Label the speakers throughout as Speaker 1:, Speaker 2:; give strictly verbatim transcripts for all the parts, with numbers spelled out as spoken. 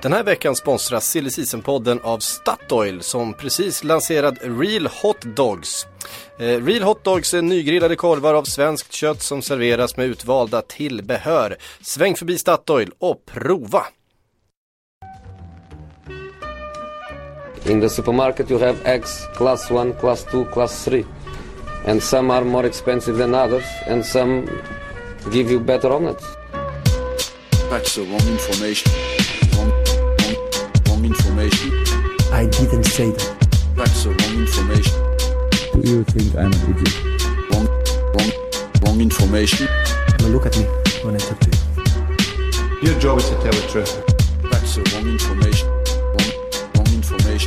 Speaker 1: Den här veckan sponsras Silly Season-podden av Statoil som precis lanserat Real Hot Dogs. Eh, Real Hot Dogs är nygrillade korvar av svenskt kött som serveras med utvalda tillbehör. Sväng förbi Statoil och prova!
Speaker 2: In the supermarket you have eggs class one, class two, class three. And some are more expensive than others and some give you better omelets.
Speaker 3: That's the wrong information. Wrong, wrong, wrong information.
Speaker 4: I didn't say that.
Speaker 3: That's the wrong information.
Speaker 5: Do you think I'm an idiot?
Speaker 3: Wrong, wrong, wrong information.
Speaker 4: Now look at me when I talk to you.
Speaker 6: Your job is to tell the truth.
Speaker 3: That's the wrong information. Wrong, wrong information.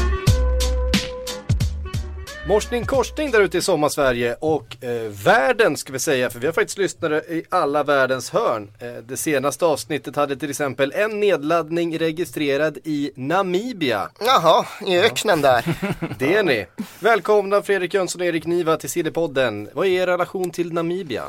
Speaker 1: Morsning korsning där ute i sommarsverige och eh, världen ska vi säga, för vi har faktiskt lyssnare i alla världens hörn. Eh, det senaste avsnittet hade till exempel en nedladdning registrerad i Namibia.
Speaker 7: Jaha, i öknen där.
Speaker 1: Det är ni. Välkomna Fredrik Jönsson och Erik Niva till Sillypodden. Vad är er relation till Namibia?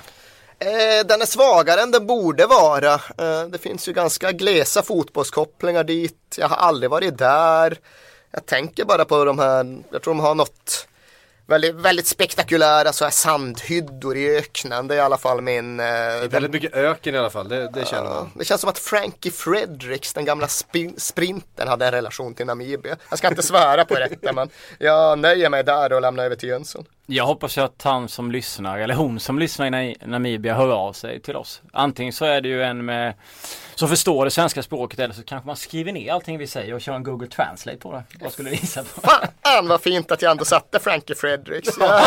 Speaker 7: Eh, den är svagare än den borde vara. Eh, det finns ju ganska glesa fotbollskopplingar dit. Jag har aldrig varit där. Jag tänker bara på de här, jag tror de har något väldigt, väldigt spektakulära så här sandhyddor i öknen. Det är i alla fall min... Eh,
Speaker 1: det är väldigt mycket öken i alla fall, det, det känner man.
Speaker 7: Det känns som att Frankie Fredericks, den gamla spin- sprinten, hade en relation till Namibia. Jag ska inte svära på detta, men jag nöjer mig där och lämnar över till Jönsson.
Speaker 8: Jag hoppas att han som lyssnar, eller hon som lyssnar i Namibia, hör av sig till oss. Antingen så är det ju en med, som förstår det svenska språket, eller så kanske man skriver ner allting vi säger och kör en Google Translate på det. Vad skulle det visa på?
Speaker 7: Fan vad fint att jag ändå satte Frankie Fredericks.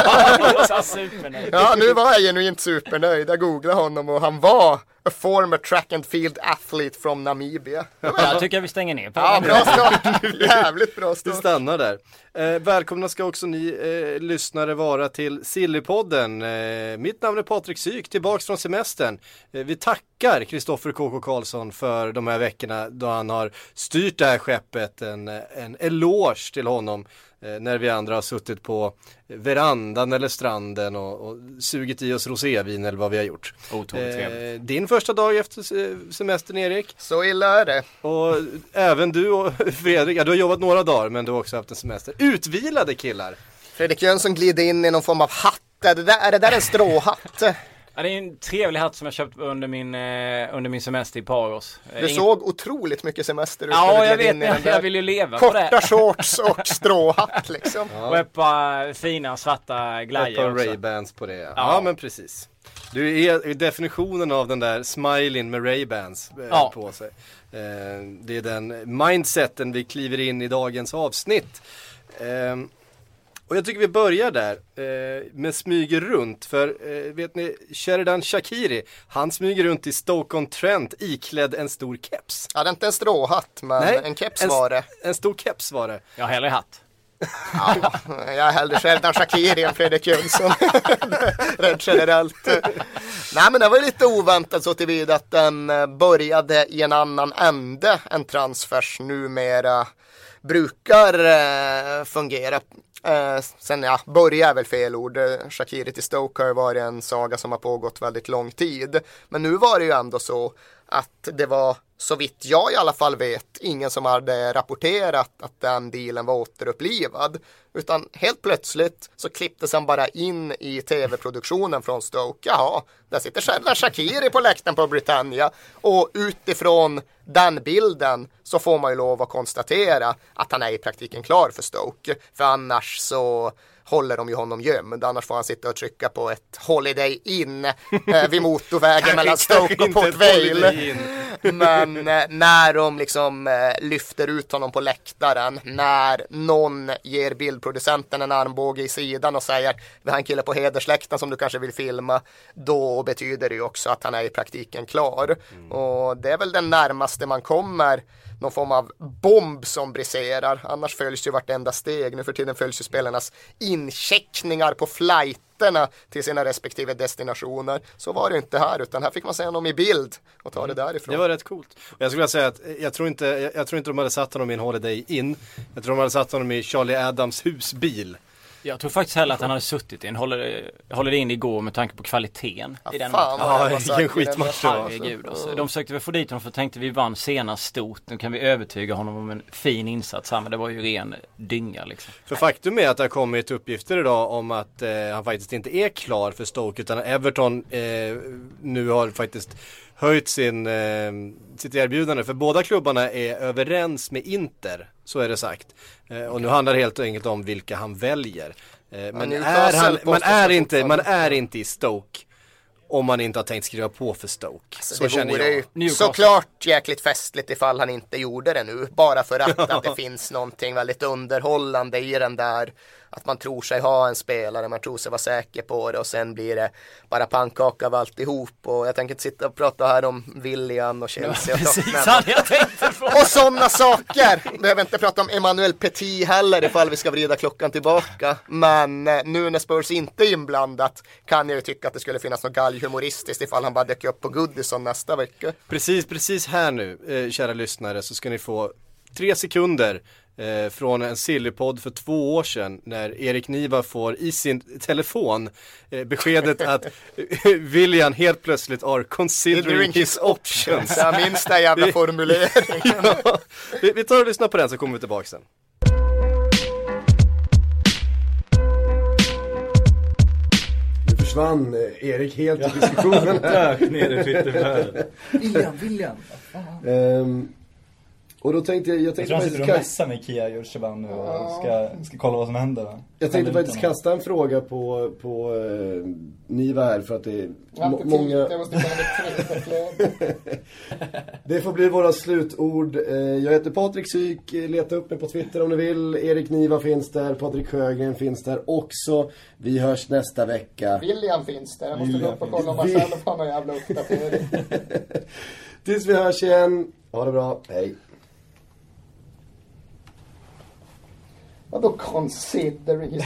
Speaker 8: Ja, supernöjd.
Speaker 7: Ja, nu var jag genuint supernöjd. Jag googlade honom och han var a former track and field athlete from Namibia.
Speaker 8: Jag tycker vi stänger ner på
Speaker 7: ja, bra start. Jävligt bra start.
Speaker 1: Vi stannar där. Eh, välkomna ska också ni eh, lyssnare vara till Sillypodden. Eh, mitt namn är Patrik Syk, tillbaks från semestern. Eh, vi tackar Kristoffer K K Karlsson för de här veckorna då han har styrt det här skeppet. En, en eloge till honom eh, när vi andra har suttit på verandan eller stranden och, och sugit i oss rosévin eller vad vi har gjort.
Speaker 8: Otroligt trevligt.
Speaker 1: Eh, din första dag efter semestern, Erik.
Speaker 7: Så illa är det.
Speaker 1: Och även du och Fredrik, ja, du har jobbat några dagar men du har också haft en semester. Utvilade killar.
Speaker 7: Fredrik Jönsson glider in i någon form av hatt. Är det där, är det där en stråhatt?
Speaker 8: Ja, det är en trevlig hatt som jag köpt under min, eh, under min semester i Paros.
Speaker 7: Du
Speaker 8: Ingen...
Speaker 7: såg otroligt mycket semester ut.
Speaker 8: Ja, jag vet, jag, jag vill ju leva på det.
Speaker 7: Korta shorts och stråhatt liksom.
Speaker 8: Ja. Och ett par fina svarta glajjor
Speaker 1: också. Ett par Ray-Bans på det. Ja. Ja, men precis. Du är definitionen av den där smiling med Ray-Bans eh, ja. på sig. Eh, det är den mindseten vi kliver in i dagens avsnitt. Eh, Och jag tycker vi börjar där eh, med smyger runt. För eh, vet ni, Sheridan Shaqiri, han smyger runt i Stoke-on-Trent iklädd en stor keps.
Speaker 7: Ja, det är inte en stråhatt, men Nej, en keps
Speaker 1: en,
Speaker 7: var det.
Speaker 1: En stor keps var det.
Speaker 8: Jag har hellre hatt.
Speaker 7: Ja, jag är hellre Sheridan Shaqiri än Fredrik Jönsson. Rätt generellt. Nej, men det var lite oväntat så tillvida att den började i en annan ände än transfers numera brukar eh, fungera. Eh, sen ja, börja är väl fel ord. Shaqiri till Stoke har varit en saga som har pågått väldigt lång tid. Men nu var det ju ändå så att det var, så vitt jag i alla fall vet, ingen som hade rapporterat att den dealen var återupplivad. Utan helt plötsligt så klipptes han bara in i tv-produktionen från Stoke. Jaha, där sitter Sheridan Shaqiri på läktaren på Britannia. Och utifrån den bilden så får man ju lov att konstatera att han är i praktiken klar för Stoke. För annars så håller de ju honom gömd. Annars får han sitta och trycka på ett Holiday Inn eh, vid motorvägen mellan Stoke och Port Vale. Men eh, när de liksom eh, lyfter ut honom på läktaren, när någon ger bildproducenten en armbåge i sidan och säger vi har en kille på hedersläktaren som du kanske vill filma, då betyder det ju också att han är i praktiken klar. Mm. Och det är väl den närmaste man kommer någon form av bomb som briserar. Annars följs ju vartenda steg. Nu för tiden följs ju spelarnas incheckningar på flighterna till sina respektive destinationer. Så var det inte här, utan här fick man se honom i bild och ta mm. det därifrån.
Speaker 1: Det var rätt coolt. Och jag skulle vilja säga att jag tror, inte, jag, jag tror inte de hade satt honom i en Holiday Inn. Jag tror de hade satt honom i Charlie Adams husbil
Speaker 8: Jag tror faktiskt heller att han hade suttit in. Håller, håller det in igår med tanke på kvaliteten
Speaker 7: ja,
Speaker 8: i den
Speaker 7: fan,
Speaker 8: matchen.
Speaker 1: Ja, vilken skitmatch.
Speaker 8: Herregud, alltså. De försökte väl få dit honom för tänkte vi vann senast stort. Nu kan vi övertyga honom om en fin insats här, men det var ju ren dynga liksom.
Speaker 1: För faktum är att det har kommit uppgifter idag om att eh, han faktiskt inte är klar för Stoke, utan Everton eh, nu har faktiskt höjt sin, eh, sitt erbjudande. För båda klubbarna är överens med Inter, så är det sagt. Eh, och nu handlar det helt enkelt om vilka han väljer. Eh, men är han, man, är inte, man är inte i Stoke om man inte har tänkt skriva på för Stoke.
Speaker 7: Alltså,
Speaker 1: så
Speaker 7: det
Speaker 1: känner
Speaker 7: vore
Speaker 1: jag.
Speaker 7: ju såklart jäkligt festligt ifall han inte gjorde det nu. Bara för att, att det finns någonting väldigt underhållande i den där. Att man tror sig ha en spelare, man tror sig vara säker på det och sen blir det bara pannkaka av alltihop. Och jag tänker inte sitta och prata här om William och Chelsea och Tottenham. Och sådana saker. Behöver inte prata om Emmanuel Petit heller ifall vi ska vrida klockan tillbaka. Men nu när Spurs inte är inblandat kan jag ju tycka att det skulle finnas något galghumoristiskt ifall han bara dök upp på Goodison nästa vecka.
Speaker 1: Precis, precis här nu, eh, kära lyssnare, så ska ni få tre sekunder Eh, från en Sillypodd för två år sedan när Erik Niva får i sin telefon eh, beskedet att William helt plötsligt are considering his options.
Speaker 7: Jag minns den jävla formuleringen.
Speaker 1: Ja, vi, vi tar och lyssnar på den så kommer vi tillbaka sen.
Speaker 6: Nu försvann eh, Erik helt i diskussionen.
Speaker 4: Dök ner i Twitterflödet.
Speaker 9: William, William.
Speaker 6: Um, Och då tänkte jag, jag tänkte
Speaker 9: jag
Speaker 6: faktiskt
Speaker 9: tror han sitter och mässar med Kia Djurseban nu och ska, ska kolla vad som händer då.
Speaker 6: Jag tänkte faktiskt kasta en fråga på, på uh, Niva här för att det är
Speaker 7: må- många... Jag måste
Speaker 6: Det får bli våra slutord. Uh, jag heter Patrik Syk, leta upp mig på Twitter om ni vill. Erik Niva finns där, Patrik Sjögren finns där också. Vi hörs nästa vecka.
Speaker 7: William finns där, jag måste gå upp och kolla om man själv har någon jävla uppdatering.
Speaker 6: Tills vi hörs igen, ha det bra, hej.
Speaker 7: Vadå considering?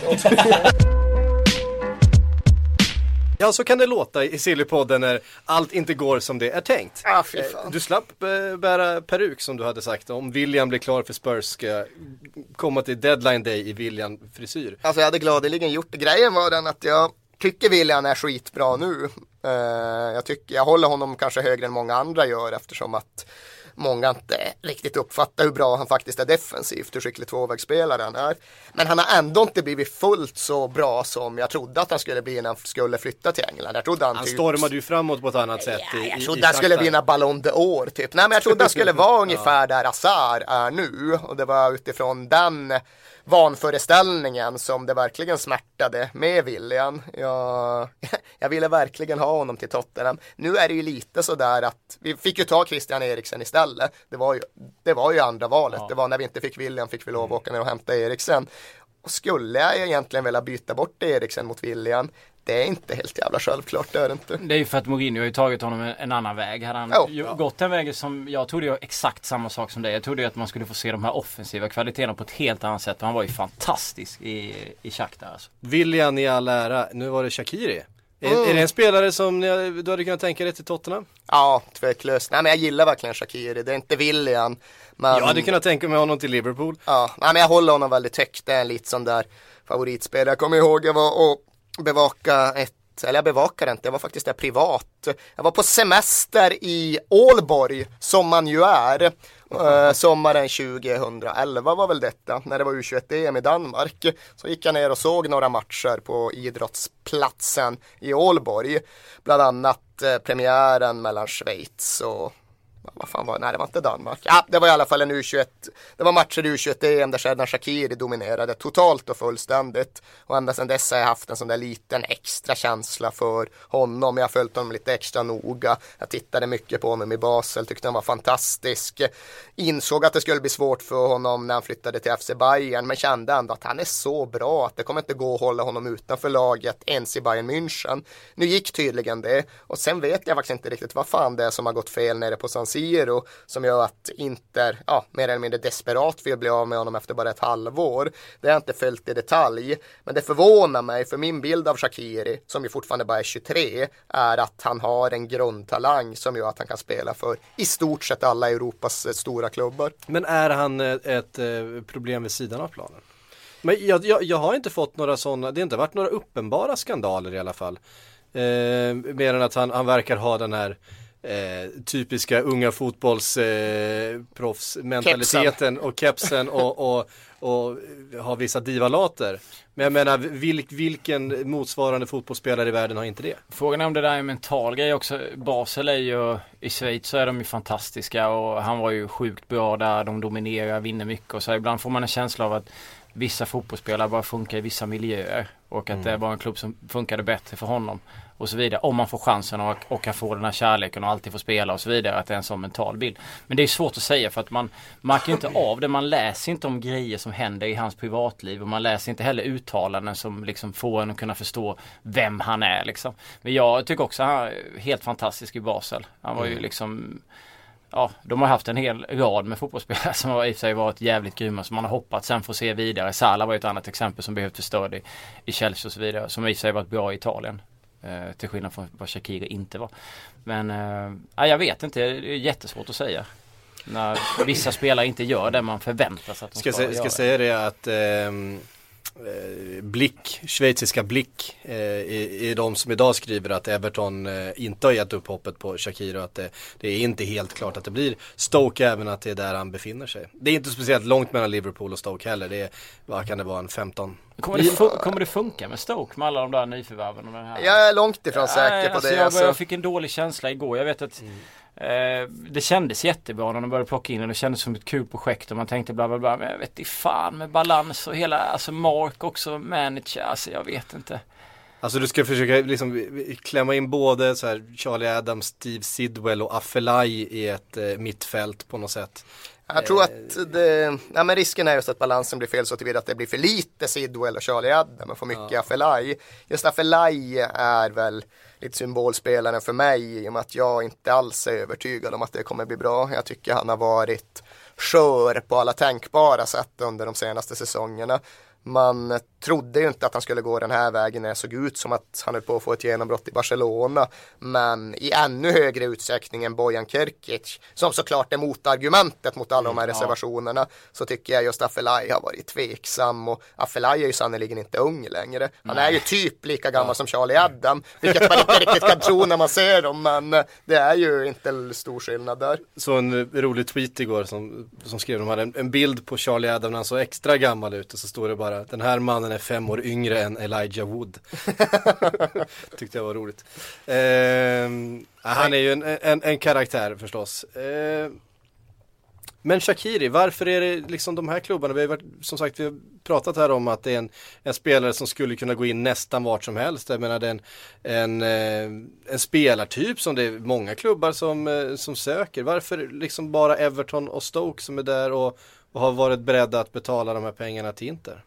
Speaker 1: Ja, så kan det låta i Sillypodden när allt inte går som det är tänkt.
Speaker 7: Ah, fy fan.
Speaker 1: Du slapp eh, bära peruk som du hade sagt. Om William blir klar för Spurs ska komma till deadline day i William-frisyr.
Speaker 7: Alltså jag hade gladeligen gjort det. Grejen var den att jag tycker William är skitbra nu. Uh, jag, tycker, jag håller honom kanske högre än många andra gör eftersom att många inte riktigt uppfattar hur bra han faktiskt är defensivt, hur skicklig tvåvägsspelare han är. Men han har ändå inte blivit fullt så bra som jag trodde att han skulle bli när han skulle flytta till England. Jag trodde han
Speaker 1: han
Speaker 7: typ...
Speaker 1: stormade ju framåt på ett annat sätt.
Speaker 7: Ja,
Speaker 1: i,
Speaker 7: jag
Speaker 1: i,
Speaker 7: trodde
Speaker 1: i
Speaker 7: han skulle
Speaker 1: Shakhtar.
Speaker 7: vinna Ballon d'Or typ. Nej, men jag trodde han skulle vara ungefär där Hazard är nu. Och det var utifrån den vanföreställningen som det verkligen smärtade med William. Jag, jag ville verkligen ha honom till Tottenham. Nu är det ju lite sådär att vi fick ju ta Christian Eriksen istället. Det var ju, det var ju andra valet. Ja. Det var när vi inte fick William fick vi lov att åka ner och hämta Eriksen. Och skulle jag egentligen vilja byta bort Eriksen mot William, det är inte helt jävla självklart, det är det inte.
Speaker 8: Det är ju för att Mourinho har ju tagit honom en, en annan väg. Hade han
Speaker 7: oh,
Speaker 8: ju
Speaker 7: ja.
Speaker 8: gått en väg som jag trodde ju exakt samma sak som det. Jag trodde ju att man skulle få se de här offensiva kvaliteterna på ett helt annat sätt. Och han var ju fantastisk i, i Shakhtar alltså.
Speaker 1: William i all ära, nu var det Shaqiri. Är,
Speaker 7: mm.
Speaker 1: är det en spelare som ni, du hade kunnat tänka dig till Tottenham?
Speaker 7: Ja, tveklöst. Nej, men jag gillar verkligen Shaqiri. Det är inte William. Men...
Speaker 1: Jag hade kunnat tänka mig honom till Liverpool.
Speaker 7: Ja, nej, men jag håller honom väldigt högt. Det är en lite sån där favoritspelare. Jag kommer ihåg jag var och bevaka ett eller jag bevakade inte, jag var faktiskt där privat. Jag var på semester i Ålborg, som man ju är. Uh, sommaren tjugoelva var väl detta, när det var U tjugoett-E M i Danmark. Så gick jag ner och såg några matcher på idrottsplatsen i Ålborg. Bland annat uh, premiären mellan Schweiz och... Vad fan var det? Nej, det var inte Danmark. Ja, det var i alla fall en U tjugoett. Det var matcher i U tjugoett-E M där Xherdan Shaqiri dominerade totalt och fullständigt. Och ända sedan dess har jag haft en sån där liten extra känsla för honom. Jag har följt honom lite extra noga. Jag tittade mycket på honom i Basel. Tyckte han var fantastisk. Insåg att det skulle bli svårt för honom när han flyttade till F C Bayern. Men kände ändå att han är så bra att det kommer inte gå att hålla honom utanför laget ens i Bayern München. Nu gick tydligen det. Och sen vet jag faktiskt inte riktigt vad fan det är som har gått fel nere på San Siro, som gör att Inter ja, mer eller mindre desperat vill bli av med honom efter bara ett halvår. Det har jag inte följt i detalj, men det förvånar mig, för min bild av Shaqiri, som ju fortfarande bara är tjugotre, är att han har en grundtalang som gör att han kan spela för i stort sett alla Europas stora klubbar.
Speaker 1: Men är han ett, ett problem vid sidan av planen? Men jag, jag, jag har inte fått några sådana, det har inte varit några uppenbara skandaler i alla fall. Eh, mer än att han, han verkar ha den här eh, typiska unga fotbollsproffsmentaliteten eh, och kepsen och, och, och har vissa divalater. Men jag menar, vil, vilken motsvarande fotbollsspelare i världen har inte det?
Speaker 8: Frågan är om det där är en mental grej också. Basel är ju, i Schweiz så är de ju fantastiska och han var ju sjukt bra där, de dominerar, vinner mycket och så. Ibland får man en känsla av att vissa fotbollsspelare bara funkar i vissa miljöer och att mm. det var en klubb som funkade bättre för honom och så vidare. Om man får chansen och, och kan få den här kärleken och alltid få spela och så vidare, att det är en sån mental bild. Men det är svårt att säga för att man märker inte av det. Man läser inte om grejer som händer i hans privatliv och man läser inte heller uttalanden som liksom får en att kunna förstå vem han är liksom. Men jag tycker också att han är helt fantastisk i Basel. Han var ju liksom... Ja, de har haft en hel rad med fotbollsspelare som har i sig varit jävligt grymma som man har hoppats sen får se vidare. Salah var ett annat exempel som behövde stöd i, i Chelsea och så vidare, som i sig varit bra i Italien. Eh, till skillnad från vad Shaqiri inte var. Men eh, jag vet inte, det är jättesvårt att säga. När vissa spelare inte gör det man förväntar sig att de ska,
Speaker 1: ska,
Speaker 8: göra.
Speaker 1: Ska säga det att... Eh, Blick, schweiziska Blick eh, är, är de som idag skriver att Everton eh, inte har gett upp hoppet på Shaqiri och att det, det är inte helt klart att det blir Stoke även att det är där han befinner sig. Det är inte speciellt långt mellan Liverpool och Stoke heller. Det är, vad kan det vara, en femton?
Speaker 8: Kommer det, fun- kommer det funka med Stoke med alla de där nyförvärven? Och den här?
Speaker 7: Jag är långt ifrån säker Nej, på
Speaker 8: alltså
Speaker 7: det.
Speaker 8: Jag,
Speaker 7: alltså.
Speaker 8: jag fick en dålig känsla igår. Jag vet att mm. Eh, det kändes jättebra när de började plocka in och det kändes som ett kul projekt och man tänkte bla bla bla, men jag vet inte fan med balans och hela, alltså Mark också manager, alltså jag vet inte.
Speaker 1: Alltså du ska försöka liksom klämma in både så här Charlie Adams, Steve Sidwell och Afellay i ett eh, mittfält på något sätt.
Speaker 7: Jag tror att det, ja, men risken är just att balansen blir fel så tillvida att det blir för lite Sidwell och Charlie Adam och för mycket ja. Afellay. Just Afellay är väl lite symbolspelaren för mig i och med att jag inte alls är övertygad om att det kommer bli bra. Jag tycker han har varit skör på alla tänkbara sätt under de senaste säsongerna. Man trodde ju inte att han skulle gå den här vägen när det såg ut som att han höll på att få ett genombrott i Barcelona. Men i ännu högre utsträckning än Bojan Kirkic, som såklart är motargumentet mot alla de här reservationerna, så tycker jag just Afellay har varit tveksam. Och Afellay är ju sannoliken inte ung längre. Han Nej. är ju typ lika gammal ja. som Charlie Adam, vilket man inte riktigt kan tro när man ser dem. Men det är ju inte stor skillnad där.
Speaker 1: Så en rolig tweet igår som, som skrev de hade en, en bild på Charlie Adam när han såg extra gammal ut och så står det bara den här mannen är fem år yngre än Elijah Wood. Tyckte jag var roligt. Eh, han är ju en, en, en karaktär förstås. Eh, men Shaqiri, varför är det liksom de här klubbarna? Vi har varit, som sagt, vi har pratat här om att det är en, en spelare som skulle kunna gå in nästan vart som helst. Jag menar det är en, en, en spelartyp som det är många klubbar som, som söker. Varför liksom bara Everton och Stoke som är där och, och har varit beredda att betala de här pengarna till Inter?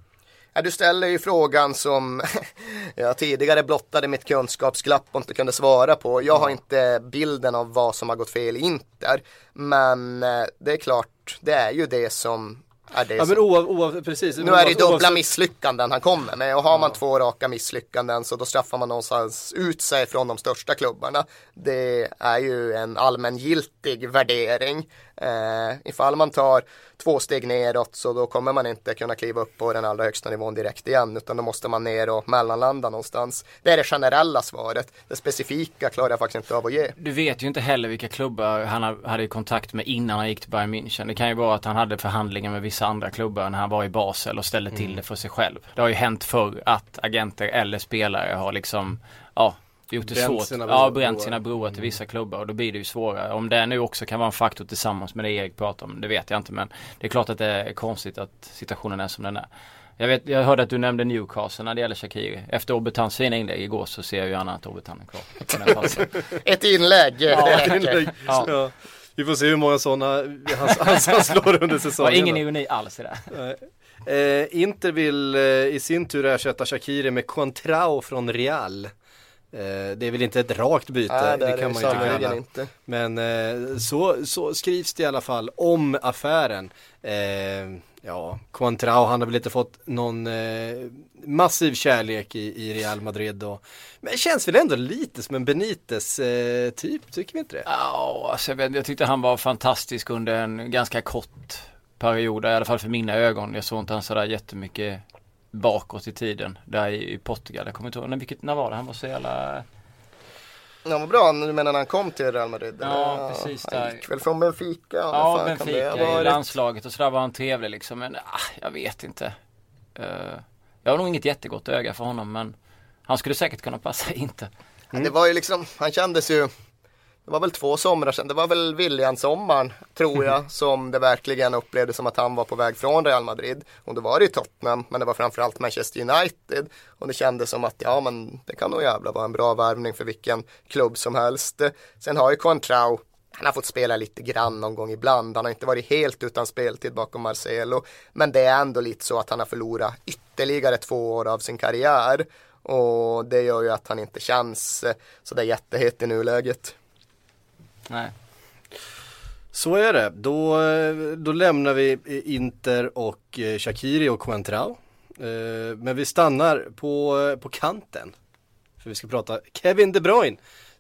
Speaker 7: Ja, du ställer ju frågan som jag tidigare blottade mitt kunskapsglapp och inte kunde svara på. Jag har inte bilden av vad som har gått fel i Inter. Men det är klart, det är ju det som är det
Speaker 1: ja,
Speaker 7: som...
Speaker 1: men oav, oav, precis.
Speaker 7: Nu är det dubbla oavsett... misslyckanden han kommer med. Och har man ja. två raka misslyckanden så då straffar man någonstans ut sig från de största klubbarna. Det är ju en allmängiltig värdering. Eh, ifall man tar två steg neråt så då kommer man inte kunna kliva upp på den allra högsta nivån direkt igen, utan då måste man ner och mellanlanda någonstans. Det är det generella svaret. Det specifika klarar jag faktiskt inte av att ge.
Speaker 8: Du vet ju inte heller vilka klubbar han hade kontakt med innan han gick till Bayern München. Det kan ju vara att han hade förhandlingar med vissa andra klubbar när han var i Basel och ställde till mm. det för sig själv. Det har ju hänt förr att agenter eller spelare har liksom, ja, gjort det bränt svårt. Ja, bränt sina broar till vissa klubbar och då blir det ju svårare. Om det nu också kan vara en faktor tillsammans med det Erik pratar om, det vet jag inte, men det är klart att det är konstigt att situationen är som den är. Jag vet, jag hörde att du nämnde Newcastle när det gäller Shaqiri. Efter Obetans fina inlägg igår så ser jag ju gärna att Obetan är kvar.
Speaker 7: Ett inlägg.
Speaker 1: Ja, ett inlägg. Ja. Ja. Vi får se hur många sådana han, han, han slår under säsongen.
Speaker 8: Det var ingen ironi alls i det.
Speaker 1: Eh, Inter vill eh, i sin tur ersätta Shaqiri med Contrao från Real. Eh, det är väl inte ett rakt byte,
Speaker 7: Nej, det,
Speaker 1: det kan man inte kalla.
Speaker 7: Inte.
Speaker 1: Men eh, så, så skrivs det i alla fall om affären. Eh, ja, Contrao, han har väl inte fått någon eh, massiv kärlek i, i Real Madrid. Och, men det känns väl ändå lite som en Benitez eh, typ, tycker vi inte det?
Speaker 8: Ja, alltså, jag, vet, jag tyckte han var fantastisk under en ganska kort perioder, i alla fall för mina ögon. Jag såg inte han sådär jättemycket bakåt i tiden. Där i, i Portugal. Jag kommer inte ihåg, när, vilket, när var det? Han var så jävla...
Speaker 7: Ja, vad bra. Du menar när han kom till Real Madrid?
Speaker 8: Ja, eller? Precis.
Speaker 7: Han
Speaker 8: där.
Speaker 7: gick väl från Benfica?
Speaker 8: Ja,
Speaker 7: fan
Speaker 8: Benfica i landslaget och sådär var han trevlig liksom. Men ah, jag vet inte. Uh, jag har nog inget jättegott öga för honom, men han skulle säkert kunna passa inte. Mm.
Speaker 7: Ja, det var ju liksom, han kändes ju, det var väl två somrar sedan, det var väl William-sommaren tror jag, som det verkligen upplevdes som att han var på väg från Real Madrid. Och det var det i Tottenham, men det var framförallt Manchester United. Och det kändes som att ja, men det kan nog jävla vara en bra värvning för vilken klubb som helst. Sen har ju Contrao, han har fått spela lite grann någon gång ibland. Han har inte varit helt utan speltid bakom Marcelo. Men det är ändå lite så att han har förlorat ytterligare två år av sin karriär. Och det gör ju att han inte känns så där jättehet i nuläget.
Speaker 8: Nej.
Speaker 1: Så är det. Då, då lämnar vi Inter och Shaqiri och Contrao. Men vi stannar på, på kanten. För vi ska prata Kevin De Bruyne.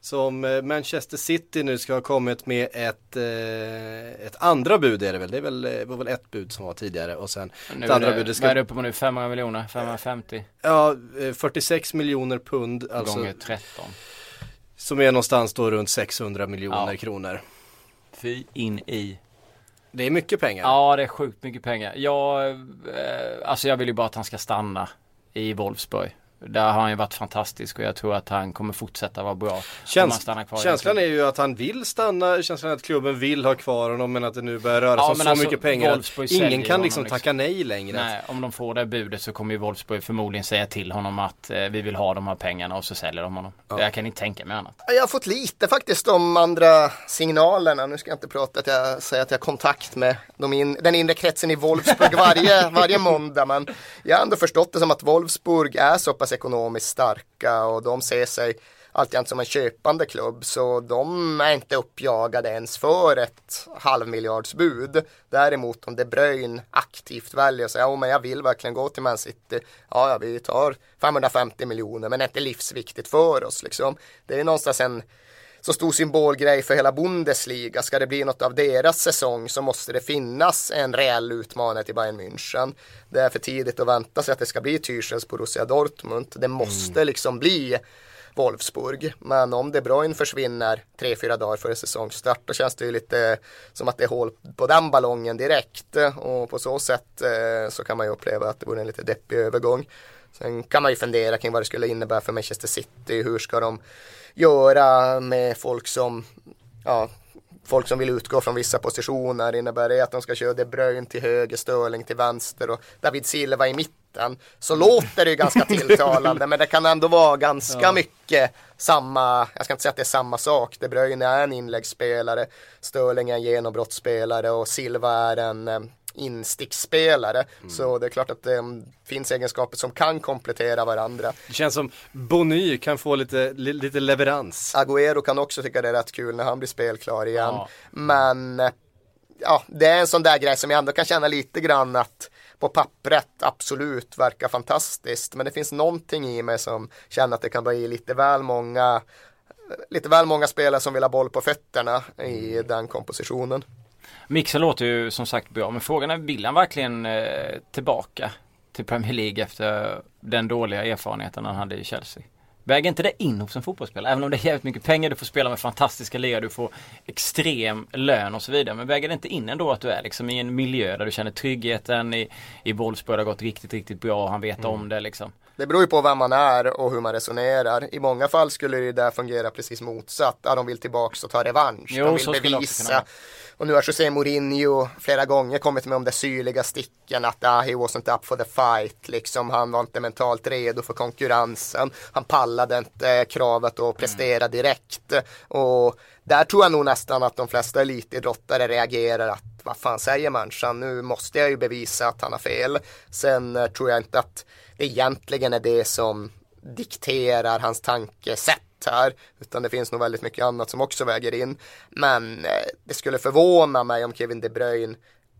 Speaker 1: Som Manchester City nu ska ha kommit med ett, ett andra bud är det väl. Det är väl, det var väl ett bud som var tidigare. Och sen
Speaker 8: nu
Speaker 1: ett andra
Speaker 8: det,
Speaker 1: bud. Det ska...
Speaker 8: Vad är det uppe på nu? femhundra miljoner? femhundrafemtio?
Speaker 1: Ja, fyrtiosex miljoner pund. Alltså,
Speaker 8: gånger tretton.
Speaker 1: Som är någonstans då runt sexhundra miljoner
Speaker 8: ja.
Speaker 1: kronor.
Speaker 8: Fy in i.
Speaker 1: Det är mycket pengar.
Speaker 8: Ja, det är sjukt mycket pengar. Jag, eh, alltså jag vill ju bara att han ska stanna i Wolfsburg. Där har han ju varit fantastisk och jag tror att han kommer fortsätta vara bra.
Speaker 1: Käns- kvar känslan är ju att han vill stanna, känslan är att klubben vill ha kvar honom, men att det nu börjar röra sig ja, om så alltså, mycket pengar. Ingen kan liksom tacka liksom. nej längre.
Speaker 8: Nej, om de får det budet så kommer ju Wolfsburg förmodligen säga till honom att eh, vi vill ha de här pengarna och så säljer de honom. Ja. Jag kan inte tänka mig annat.
Speaker 7: Jag har fått lite faktiskt de andra signalerna. Nu ska jag inte prata att jag säger att jag har kontakt med de in, den inre kretsen i Wolfsburg varje, varje måndag, men jag har ändå förstått det som att Wolfsburg är så pass ekonomiskt starka och de ser sig alltid som en köpande klubb, så de är inte uppjagade ens för ett halvmiljardsbud. Däremot om De Bruyne aktivt väljer att säga oh, men jag vill verkligen gå till Man City, ja, ja vi tar femhundrafemtio miljoner, men det är inte livsviktigt för oss liksom. Det är någonstans en så stor symbolgrej för hela Bundesliga. Ska det bli något av deras säsong så måste det finnas en reell utmanare till Bayern München. Det är för tidigt att vänta sig att det ska bli Tuchels Borussia Dortmund. Det måste mm. liksom bli Wolfsburg. Men om De Bruyne försvinner tre, fyra dagar före säsongstart, då känns det ju lite som att det är hål på den ballongen direkt. Och på så sätt eh, så kan man ju uppleva att det vore en lite deppig övergång. Sen kan man ju fundera kring vad det skulle innebära för Manchester City. Hur ska de göra med folk som ja, folk som vill utgå från vissa positioner? Innebär det att de ska köra De Bruyne till höger, Sterling till vänster och David Silva i mitten? Så låter det ju ganska tilltalande, men det kan ändå vara ganska ja. mycket samma, jag ska inte säga att det är samma sak. De Bruyne är en inläggsspelare, Sterling är en genombrottsspelare och Silva är en insticksspelare. Mm. Så det är klart att det finns egenskaper som kan komplettera varandra.
Speaker 1: Det känns som Bony kan få lite, lite leverans.
Speaker 7: Agüero kan också tycka det är rätt kul när han blir spelklar igen. Ja. Men ja, det är en sån där grej som jag ändå kan känna lite grann att på pappret absolut verkar fantastiskt. Men det finns någonting i mig som känner att det kan bli lite väl många lite väl många spelare som vill ha boll på fötterna i den kompositionen.
Speaker 8: Mixen låter ju som sagt bra, men frågan är, vill han verkligen eh, tillbaka till Premier League efter den dåliga erfarenheten han hade i Chelsea? Väger inte det in hos en fotbollsspelare? Även om det är jävligt mycket pengar, du får spela med fantastiska ledare, du får extrem lön och så vidare. Men väger det inte in ändå att du är liksom i en miljö där du känner tryggheten i, i Wolfsburg har gått riktigt, riktigt bra och han vet mm. om det liksom?
Speaker 7: Det beror ju på vem man är och hur man resonerar. I många fall skulle det där fungera precis motsatt. Ja, de vill tillbaka och ta revansch.
Speaker 8: Jo,
Speaker 7: de vill bevisa. Och nu har José Mourinho flera gånger kommit med om det syrliga sticken att ah, he wasn't up for the fight. Liksom, han var inte mentalt redo för konkurrensen. Han pallade inte kravet att prestera direkt. Och där tror jag nog nästan att de flesta elitidrottare reagerar att vad fan säger människan? Nu måste jag ju bevisa att han har fel. Sen uh, tror jag inte att det egentligen är det som dikterar hans tankesätt här, utan det finns nog väldigt mycket annat som också väger in. Men eh, det skulle förvåna mig om Kevin De Bruyne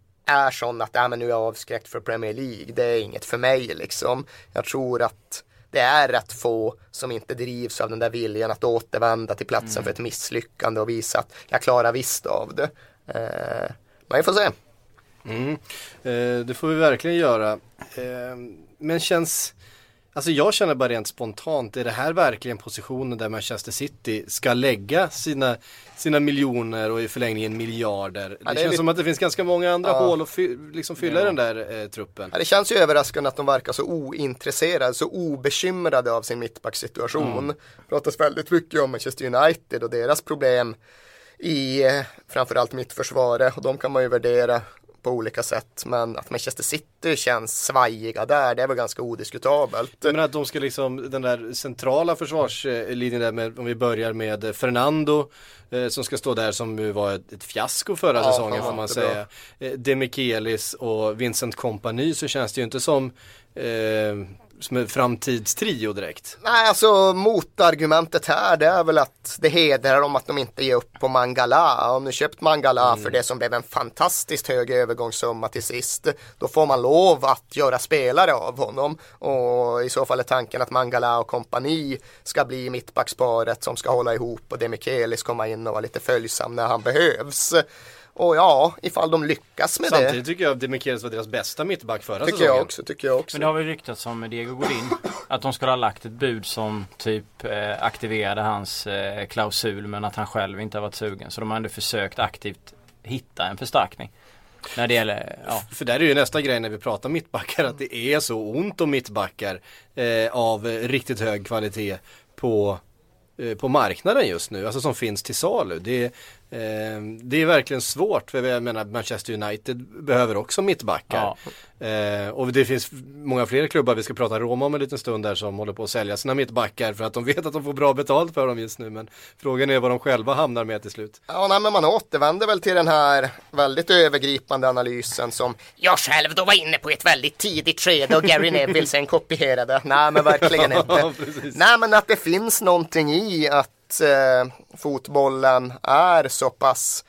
Speaker 7: är sån att äh, men nu är jag avskräckt för Premier League. Det är inget för mig liksom. Jag tror att det är rätt få som inte drivs av den där viljan att återvända till platsen mm. för ett misslyckande och visa att jag klarar visst av det. Eh, men vi får se.
Speaker 1: Mm. Eh, det får vi verkligen göra. Eh, men känns... Alltså jag känner bara rent spontant, är det här verkligen positionen där Manchester City ska lägga sina, sina miljoner och i förlängningen miljarder? Ja, det, det känns lite... som att det finns ganska många andra ja. hål att fy, liksom fylla ja. den där eh, truppen.
Speaker 7: Ja, det känns ju överraskande att de verkar så ointresserade, så obekymrade av sin mittbacksituation. Mm. Det pratas väldigt mycket om Manchester United och deras problem i eh, framförallt mittförsvaret, och de kan man ju värdera på olika sätt, men att Manchester City känns svajiga där, det är väl ganska odiskutabelt.
Speaker 1: Men att de ska liksom, den där centrala försvarslinjen där med, om vi börjar med Fernando eh, som ska stå där, som var ett, ett fiasko förra ja, säsongen får man säga. Eh, Demichelis och Vincent Kompany, så känns det ju inte som eh, som en framtidstrio direkt.
Speaker 7: Nej, alltså motargumentet här, det är väl att det hedrar om att de inte ger upp på Mangala. Om du köpt Mangala mm. för det som blev en fantastiskt hög övergångssumma till sist, då får man lov att göra spelare av honom. Och i så fall är tanken att Mangala och kompani ska bli mittbacksparet som ska hålla ihop, och Demichelis komma in och vara lite följsam när han behövs. Och ja, ifall de lyckas med
Speaker 1: Samtidigt
Speaker 7: det.
Speaker 1: Samtidigt tycker jag att Demichelis var deras bästa mittback förra
Speaker 7: tycker
Speaker 1: säsongen.
Speaker 7: Jag också, tycker jag också.
Speaker 8: Men det har vi ryktats om med Diego Godin. Att de skulle ha lagt ett bud som typ eh, aktiverade hans eh, klausul, men att han själv inte har varit sugen. Så de har ändå försökt aktivt hitta en förstärkning. När det gäller, ja.
Speaker 1: För där är ju nästa grej när vi pratar mittbackar, att det är så ont om mittbackar eh, av riktigt hög kvalitet på på marknaden just nu, alltså som finns till salu. Det, eh, det är verkligen svårt, för jag menar Manchester United behöver också mittbackar. Ja. Eh, och det finns många fler klubbar, vi ska prata Roma om en liten stund där, som håller på att sälja sina mittbackar för att de vet att de får bra betalt för dem just nu, men frågan är vad de själva hamnar med till slut.
Speaker 7: Ja, nej, men man återvänder väl till den här väldigt övergripande analysen som jag själv då var inne på i ett väldigt tidigt skede och Gary Neville sen kopierade. Nej, men verkligen inte. Ja, nej, men att det finns någonting i att eh, fotbollen är så pass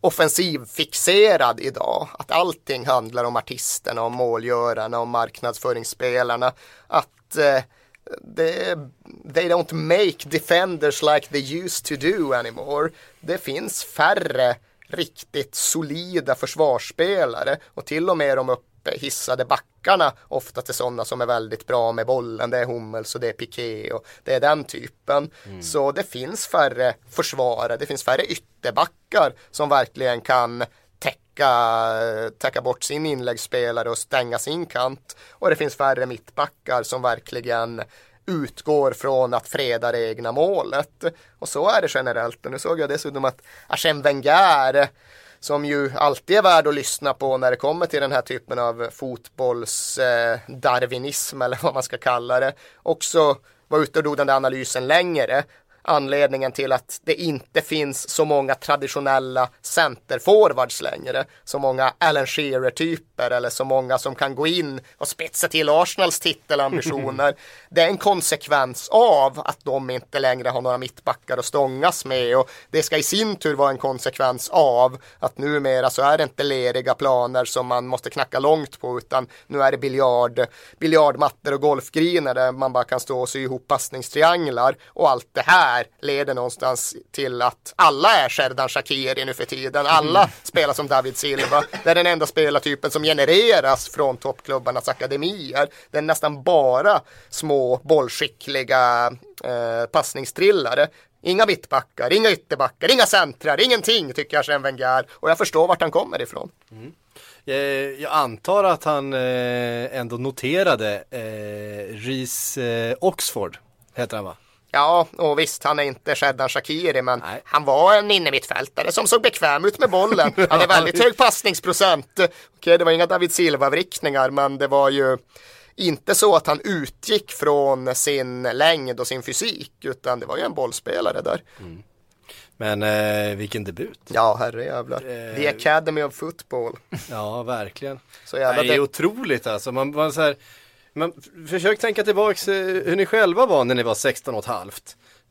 Speaker 7: offensivfixerad idag, att allting handlar om artisterna, om målgörarna, om marknadsföringsspelarna, att eh, det, they don't make defenders like they used to do anymore. Det finns färre riktigt solida försvarsspelare, och till och med de uppe hissade backarna ofta till sådana som är väldigt bra med bollen. Det är Hummels och det är Piqué och det är den typen. Mm. Så det finns färre försvarare, det finns färre ytterbackar som verkligen kan täcka, täcka bort sin inläggsspelare och stänga sin kant. Och det finns färre mittbackar som verkligen utgår från att freda det egna målet. Och så är det generellt. Och nu såg jag dessutom att Arsène Wenger, som ju alltid är värd att lyssna på när det kommer till den här typen av fotbollsdarwinism, eh, eller vad man ska kalla det, också var ute och drog den där analysen längre. Anledningen till att det inte finns så många traditionella centerforwards längre, så många Alan Shearer-typer eller så många som kan gå in och spetsa till Arsenals titelambitioner. Det är en konsekvens av att de inte längre har några mittbackar att stångas med, och det ska i sin tur vara en konsekvens av att numera så är det inte leriga planer som man måste knacka långt på, utan nu är det biljard, biljardmattor och golfgriner där man bara kan stå och sy ihop passningstrianglar, och allt det här leder någonstans till att alla är Xherdan Shaqiri nu för tiden. Alla mm. spelar som David Silva. Det är den enda spelartypen som genereras från toppklubbarnas akademier. Det är nästan bara små bollskickliga eh, passningstrillare. Inga mittbackar, inga ytterbackar, inga centrar, ingenting tycker jag Arsène Wenger. Och jag förstår vart han kommer ifrån.
Speaker 1: Mm. Jag antar att han eh, ändå noterade eh, Reece eh, Oxford, heter han va?
Speaker 7: Ja, och visst, han är inte Xherdan Shaqiri, men nej, han var en innermittfältare som såg bekväm ut med bollen. Han hade väldigt hög passningsprocent. Okej, det var inga David Silva-vrickningar, men det var ju inte så att han utgick från sin längd och sin fysik, utan det var ju en bollspelare där. Mm.
Speaker 1: Men eh, vilken debut.
Speaker 7: Ja, herrejävlar. Eh, The Academy of Football.
Speaker 1: Ja, verkligen.
Speaker 7: Så jävla
Speaker 1: det är det... otroligt alltså. Man, man så här... Men försök tänka tillbaka hur ni själva var när ni var sexton och ett halvt.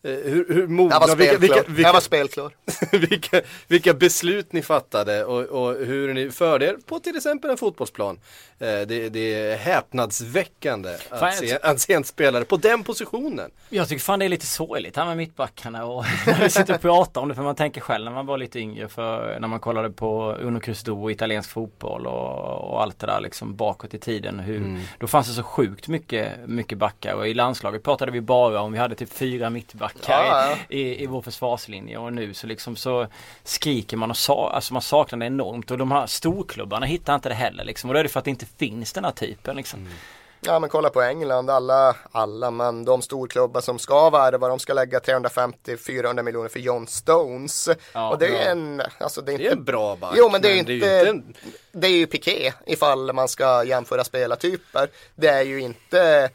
Speaker 1: hur, hur mogna,
Speaker 7: jag var spelklar.
Speaker 1: Vilka, vilka, vilka,
Speaker 7: jag var spelklar.
Speaker 1: vilka, vilka beslut ni fattade och, och hur ni förde er på till exempel en fotbollsplan. Det, det är häpnadsväckande att se, att se en spelare på den positionen.
Speaker 8: Jag tycker fan det är lite sorgligt här med mittbackarna och när vi sitter och pratar om det, för man tänker själv när man var lite yngre, för när man kollade på Uno Cristo och italiensk fotboll och, och allt det där liksom bakåt i tiden, hur, mm. då fanns det så sjukt mycket, mycket backar, och i landslaget pratade vi bara om, vi hade typ fyra mittbackar ja, ja. I, i vår försvarslinje, och nu så liksom så skriker man och sa, alltså man saknar det enormt, och de här storklubbarna hittar inte det heller liksom, och då är det för att det inte finns den här typen liksom. Mm.
Speaker 7: Ja, men kolla på England, alla, alla men de storklubbar som ska värva, de ska lägga trehundrafemtio till fyrahundra miljoner för John Stones.
Speaker 1: Ja,
Speaker 7: och det
Speaker 1: ja.
Speaker 7: är en, alltså det är,
Speaker 1: det
Speaker 7: inte,
Speaker 1: är en bra back.
Speaker 7: Jo, men det är,
Speaker 1: men
Speaker 7: inte,
Speaker 1: det är ju inte en...
Speaker 7: det är ju Piqué ifall man ska jämföra spelartyper. Det är ju inte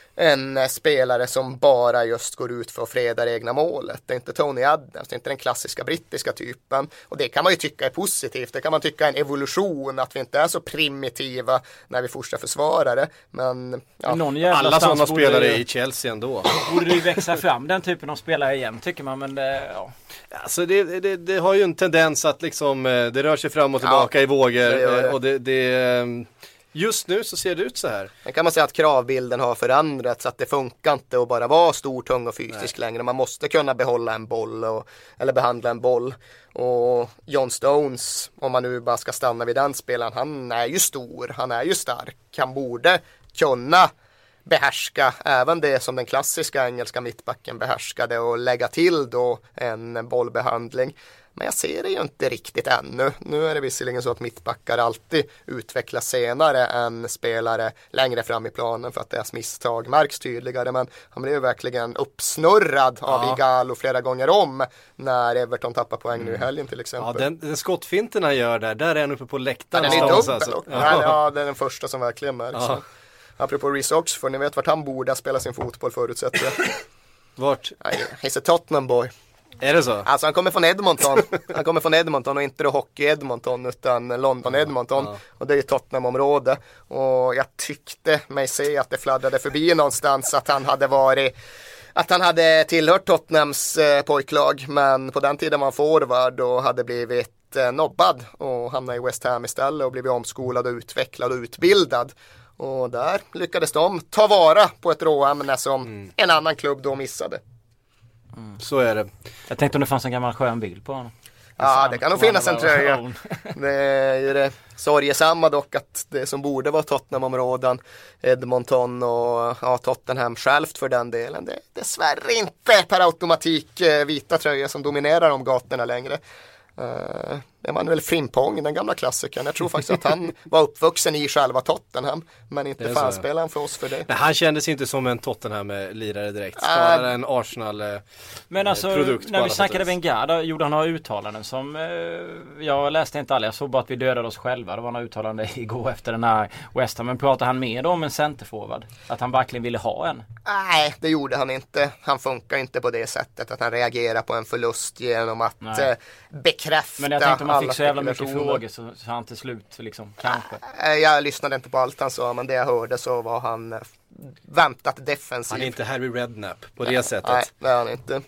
Speaker 7: en spelare som bara just går ut för att freda det egna målet. Det är inte Tony Adams, det är inte den klassiska brittiska typen. Och det kan man ju tycka är positivt. Det kan man tycka är en evolution, att vi inte är så primitiva när vi fortsätter försvarare. Men ja.
Speaker 1: alla sådana spelare ju... i Chelsea ändå.
Speaker 8: Borde det ju växa fram den typen av spelare igen, tycker man. Men det, ja.
Speaker 1: Alltså det, det, det har ju en tendens att liksom, det rör sig fram och tillbaka ja, i vågor. Det det. Och det... det Just nu så ser det ut så här.
Speaker 7: Sen kan man säga att kravbilden har förändrats, så att det funkar inte att bara vara stor, tung och fysisk Nej. längre. Man måste kunna behålla en boll och, eller behandla en boll. Och John Stones, om man nu bara ska stanna vid den spelaren, han är ju stor, han är ju stark. Han borde kunna behärska även det som den klassiska engelska mittbacken behärskade och lägga till då en bollbehandling. Men jag ser det ju inte riktigt ännu. Nu är det visserligen så att mittbackar alltid utvecklas senare än spelare längre fram i planen för att deras misstag märks tydligare. Men han blev ju verkligen uppsnurrad ja. av Igalo flera gånger om när Everton tappar poäng nu i helgen till exempel.
Speaker 1: Ja, den, den skottfinten han gör där, där är han uppe på läktaren.
Speaker 7: Ja, den är dubbel alltså. ja. ja, det är den första som verkligen märks. Ja. Apropå Reece Oxford, ni vet vart han borde spela sin fotboll förutsätter jag.
Speaker 1: Vart?
Speaker 7: He's a Tottenham boy.
Speaker 1: Är det så?
Speaker 7: Alltså han kommer från Edmonton. Han kommer från Edmonton och inte då hockey Edmonton utan London Edmonton. Ja, ja. Och det är ju Tottenham-område. Och jag tyckte mig se att det fladdrade förbi någonstans att han hade varit att han hade tillhört Tottenhams eh, pojklag. Men på den tiden var han forward och hade blivit eh, nobbad och hamnade i West Ham istället och blivit omskolad och utvecklad och utbildad. Och där lyckades de ta vara på ett råämne som mm. en annan klubb då missade.
Speaker 1: Mm. Så är det.
Speaker 8: Jag tänkte om det fanns en gammal skön bild på honom.
Speaker 7: Ja, det kan nog finnas en tröja. Det är ju det sorgesamma dock att det som borde vara Tottenham-områden, Edmonton och ja, Tottenham självt för den delen. Det är dessvärre inte per automatik vita tröjor som dominerar de gatorna längre. Uh, Emanuel Frimpong, den gamla klassikern. Jag tror faktiskt att han var uppvuxen i själva Tottenham, men inte fan spelar han för oss för det.
Speaker 1: Nej, han kändes inte som en Tottenham-lirare direkt. Snarare uh, en Arsenal-produkt.
Speaker 8: Men alltså, när vi snackade Wenger, då gjorde han några uttalanden som eh, jag läste inte alla. Jag såg bara att vi dödade oss själva. Det var några uttalanden igår efter den här West Ham. Men pratade han mer om en centerforward? Att han verkligen ville ha en?
Speaker 7: Nej, det gjorde han inte. Han funkar inte på det sättet att han reagerar på en förlust genom att eh, bekräfta.
Speaker 8: Men jag tänkte om han fick så jävla mycket frågor så, så han till slut liksom, kanske.
Speaker 7: Jag lyssnade inte på allt han sa, men det jag hörde så var han väntat defensiv.
Speaker 1: Han är inte Harry Redknapp på det nej, sättet.
Speaker 7: Nej, det är han inte.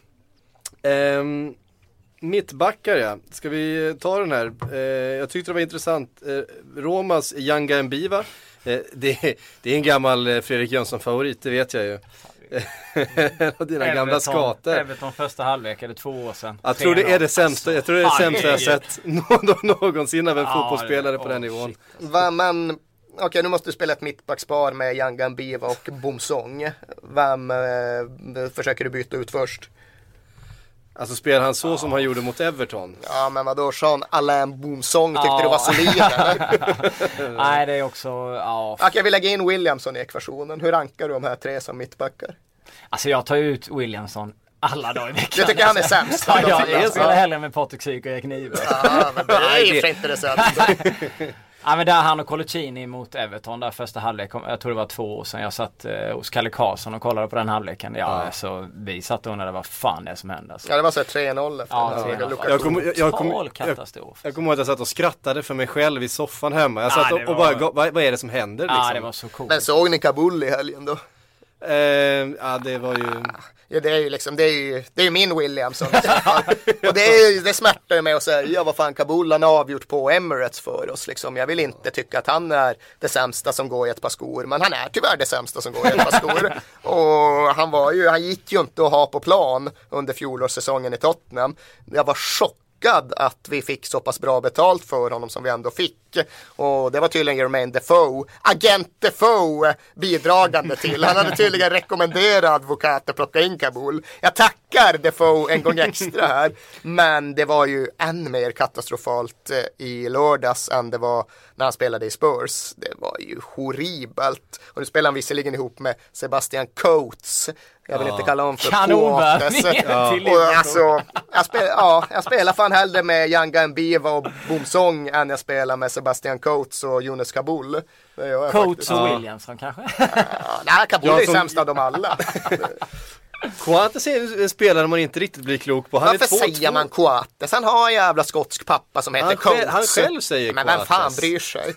Speaker 1: Um, mittbackar, ja. Ska vi ta den här? Uh, jag tyckte det var intressant. Uh, Romas Yanga Mbiva. Uh, det, det är en gammal uh, Fredrik Jönsson-favorit, det vet jag ju. Och dina Everton, gamla skater.
Speaker 8: Everton första halvlek eller två år sedan.
Speaker 1: Jag tror det är det sämsta. Jag tror det är det sämsta jag sett någonsin av en ja, fotbollsspelare det, på oh, den nivån.
Speaker 7: Va, men okej, okay, nu måste du spela ett mittbackspar med Yanga Mbiva och Bomsong. Vem eh, försöker du byta ut först?
Speaker 1: Alltså spelar han så ja. som han gjorde mot Everton?
Speaker 7: Ja, men vadå, Sean Alain Bomsong tyckte ja. du var solid eller?
Speaker 8: Nej, det är också ja.
Speaker 7: Okej, okay, vi lägger in Williamson i ekvationen. Hur rankar du de här tre som mittbackar?
Speaker 8: Alltså jag tar ut Williamson alla dagar i veckan.
Speaker 7: Jag tycker han är sämst.
Speaker 8: Ja, jag, jag spelar hellre med Patrik Syk och Erik Niva.
Speaker 7: Ja, men det är ju inte det sämsta.
Speaker 8: Ja, men där han och Coloccini mot Everton där första halvlek, jag tror det var två år sedan jag satt eh, hos Kalle Karlsson och kollade på den halvleken. Ja, ja. Så vi satt och undrade vad fan det är som händer. Så.
Speaker 7: Ja, det var så tre noll efter.
Speaker 8: Ja, tre noll.
Speaker 1: Jag kommer jag, jag kom, jag, jag kom ihåg att jag satt och skrattade för mig själv i soffan hemma. Jag satt ja, och, och bara, vad, vad är det som händer?
Speaker 8: Ja,
Speaker 1: liksom?
Speaker 8: det var så coolt.
Speaker 7: Men såg ni Kabul i helgen då?
Speaker 1: Eh, ja, det var ju...
Speaker 7: Ja, det är ju liksom, det är ju, det är ju min Williamson. Och det, är ju, det smärtar mig att säga, ja vad fan, Kabul han har avgjort på Emirates för oss liksom. Jag vill inte tycka att han är det sämsta som går i ett par skor, men han är tyvärr det sämsta som går i ett par skor. Och han var ju, han gick ju inte att ha på plan under fjolårssäsongen i Tottenham. Jag var chockad att vi fick så pass bra betalt för honom som vi ändå fick. Och det var tydligen Jermaine Defoe, agent Defoe, bidragande till. Han hade tydligen rekommenderat advokat att plocka in Kabul. Jag tackar Defoe en gång extra här. Men det var ju än mer katastrofalt i lördags än det var när han spelade i Spurs. Det var ju horribelt. Och nu spelar han visserligen ihop med Sebastian Coates. Jag vill ja. inte kalla honom för Coates. Ja. Och alltså, jag, spel, ja, jag spelar fan hellre med Yanga Mbiva och Bomsong än jag spelar med Sebastian Coates och Yunus Kabul.
Speaker 8: Coates och Williamson kanske?
Speaker 7: Ja, nej, Kabul är som... sämst av dem alla.
Speaker 1: Coates är en spelare man inte riktigt blir klok på. Han
Speaker 7: Varför
Speaker 1: är två,
Speaker 7: säger
Speaker 1: två.
Speaker 7: man Coates? Han har en jävla skotsk pappa som heter
Speaker 1: han
Speaker 7: Coates.
Speaker 1: Själv, han själv säger
Speaker 7: Men
Speaker 1: Coates.
Speaker 7: vem fan bryr sig?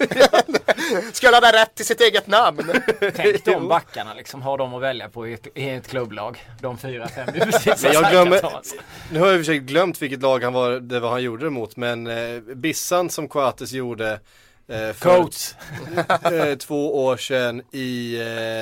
Speaker 7: Skulle han ha rätt till sitt eget namn?
Speaker 8: Tänk de backarna liksom, har de att välja på i ett, i ett klubblag. De fyra, fem, det är precis
Speaker 1: men jag glömmer, nu har jag i och för sig glömt vilket lag han var, det var han gjorde det mot. Men eh, Bissan som Coates gjorde eh, för
Speaker 8: Coates.
Speaker 1: eh, två år sedan i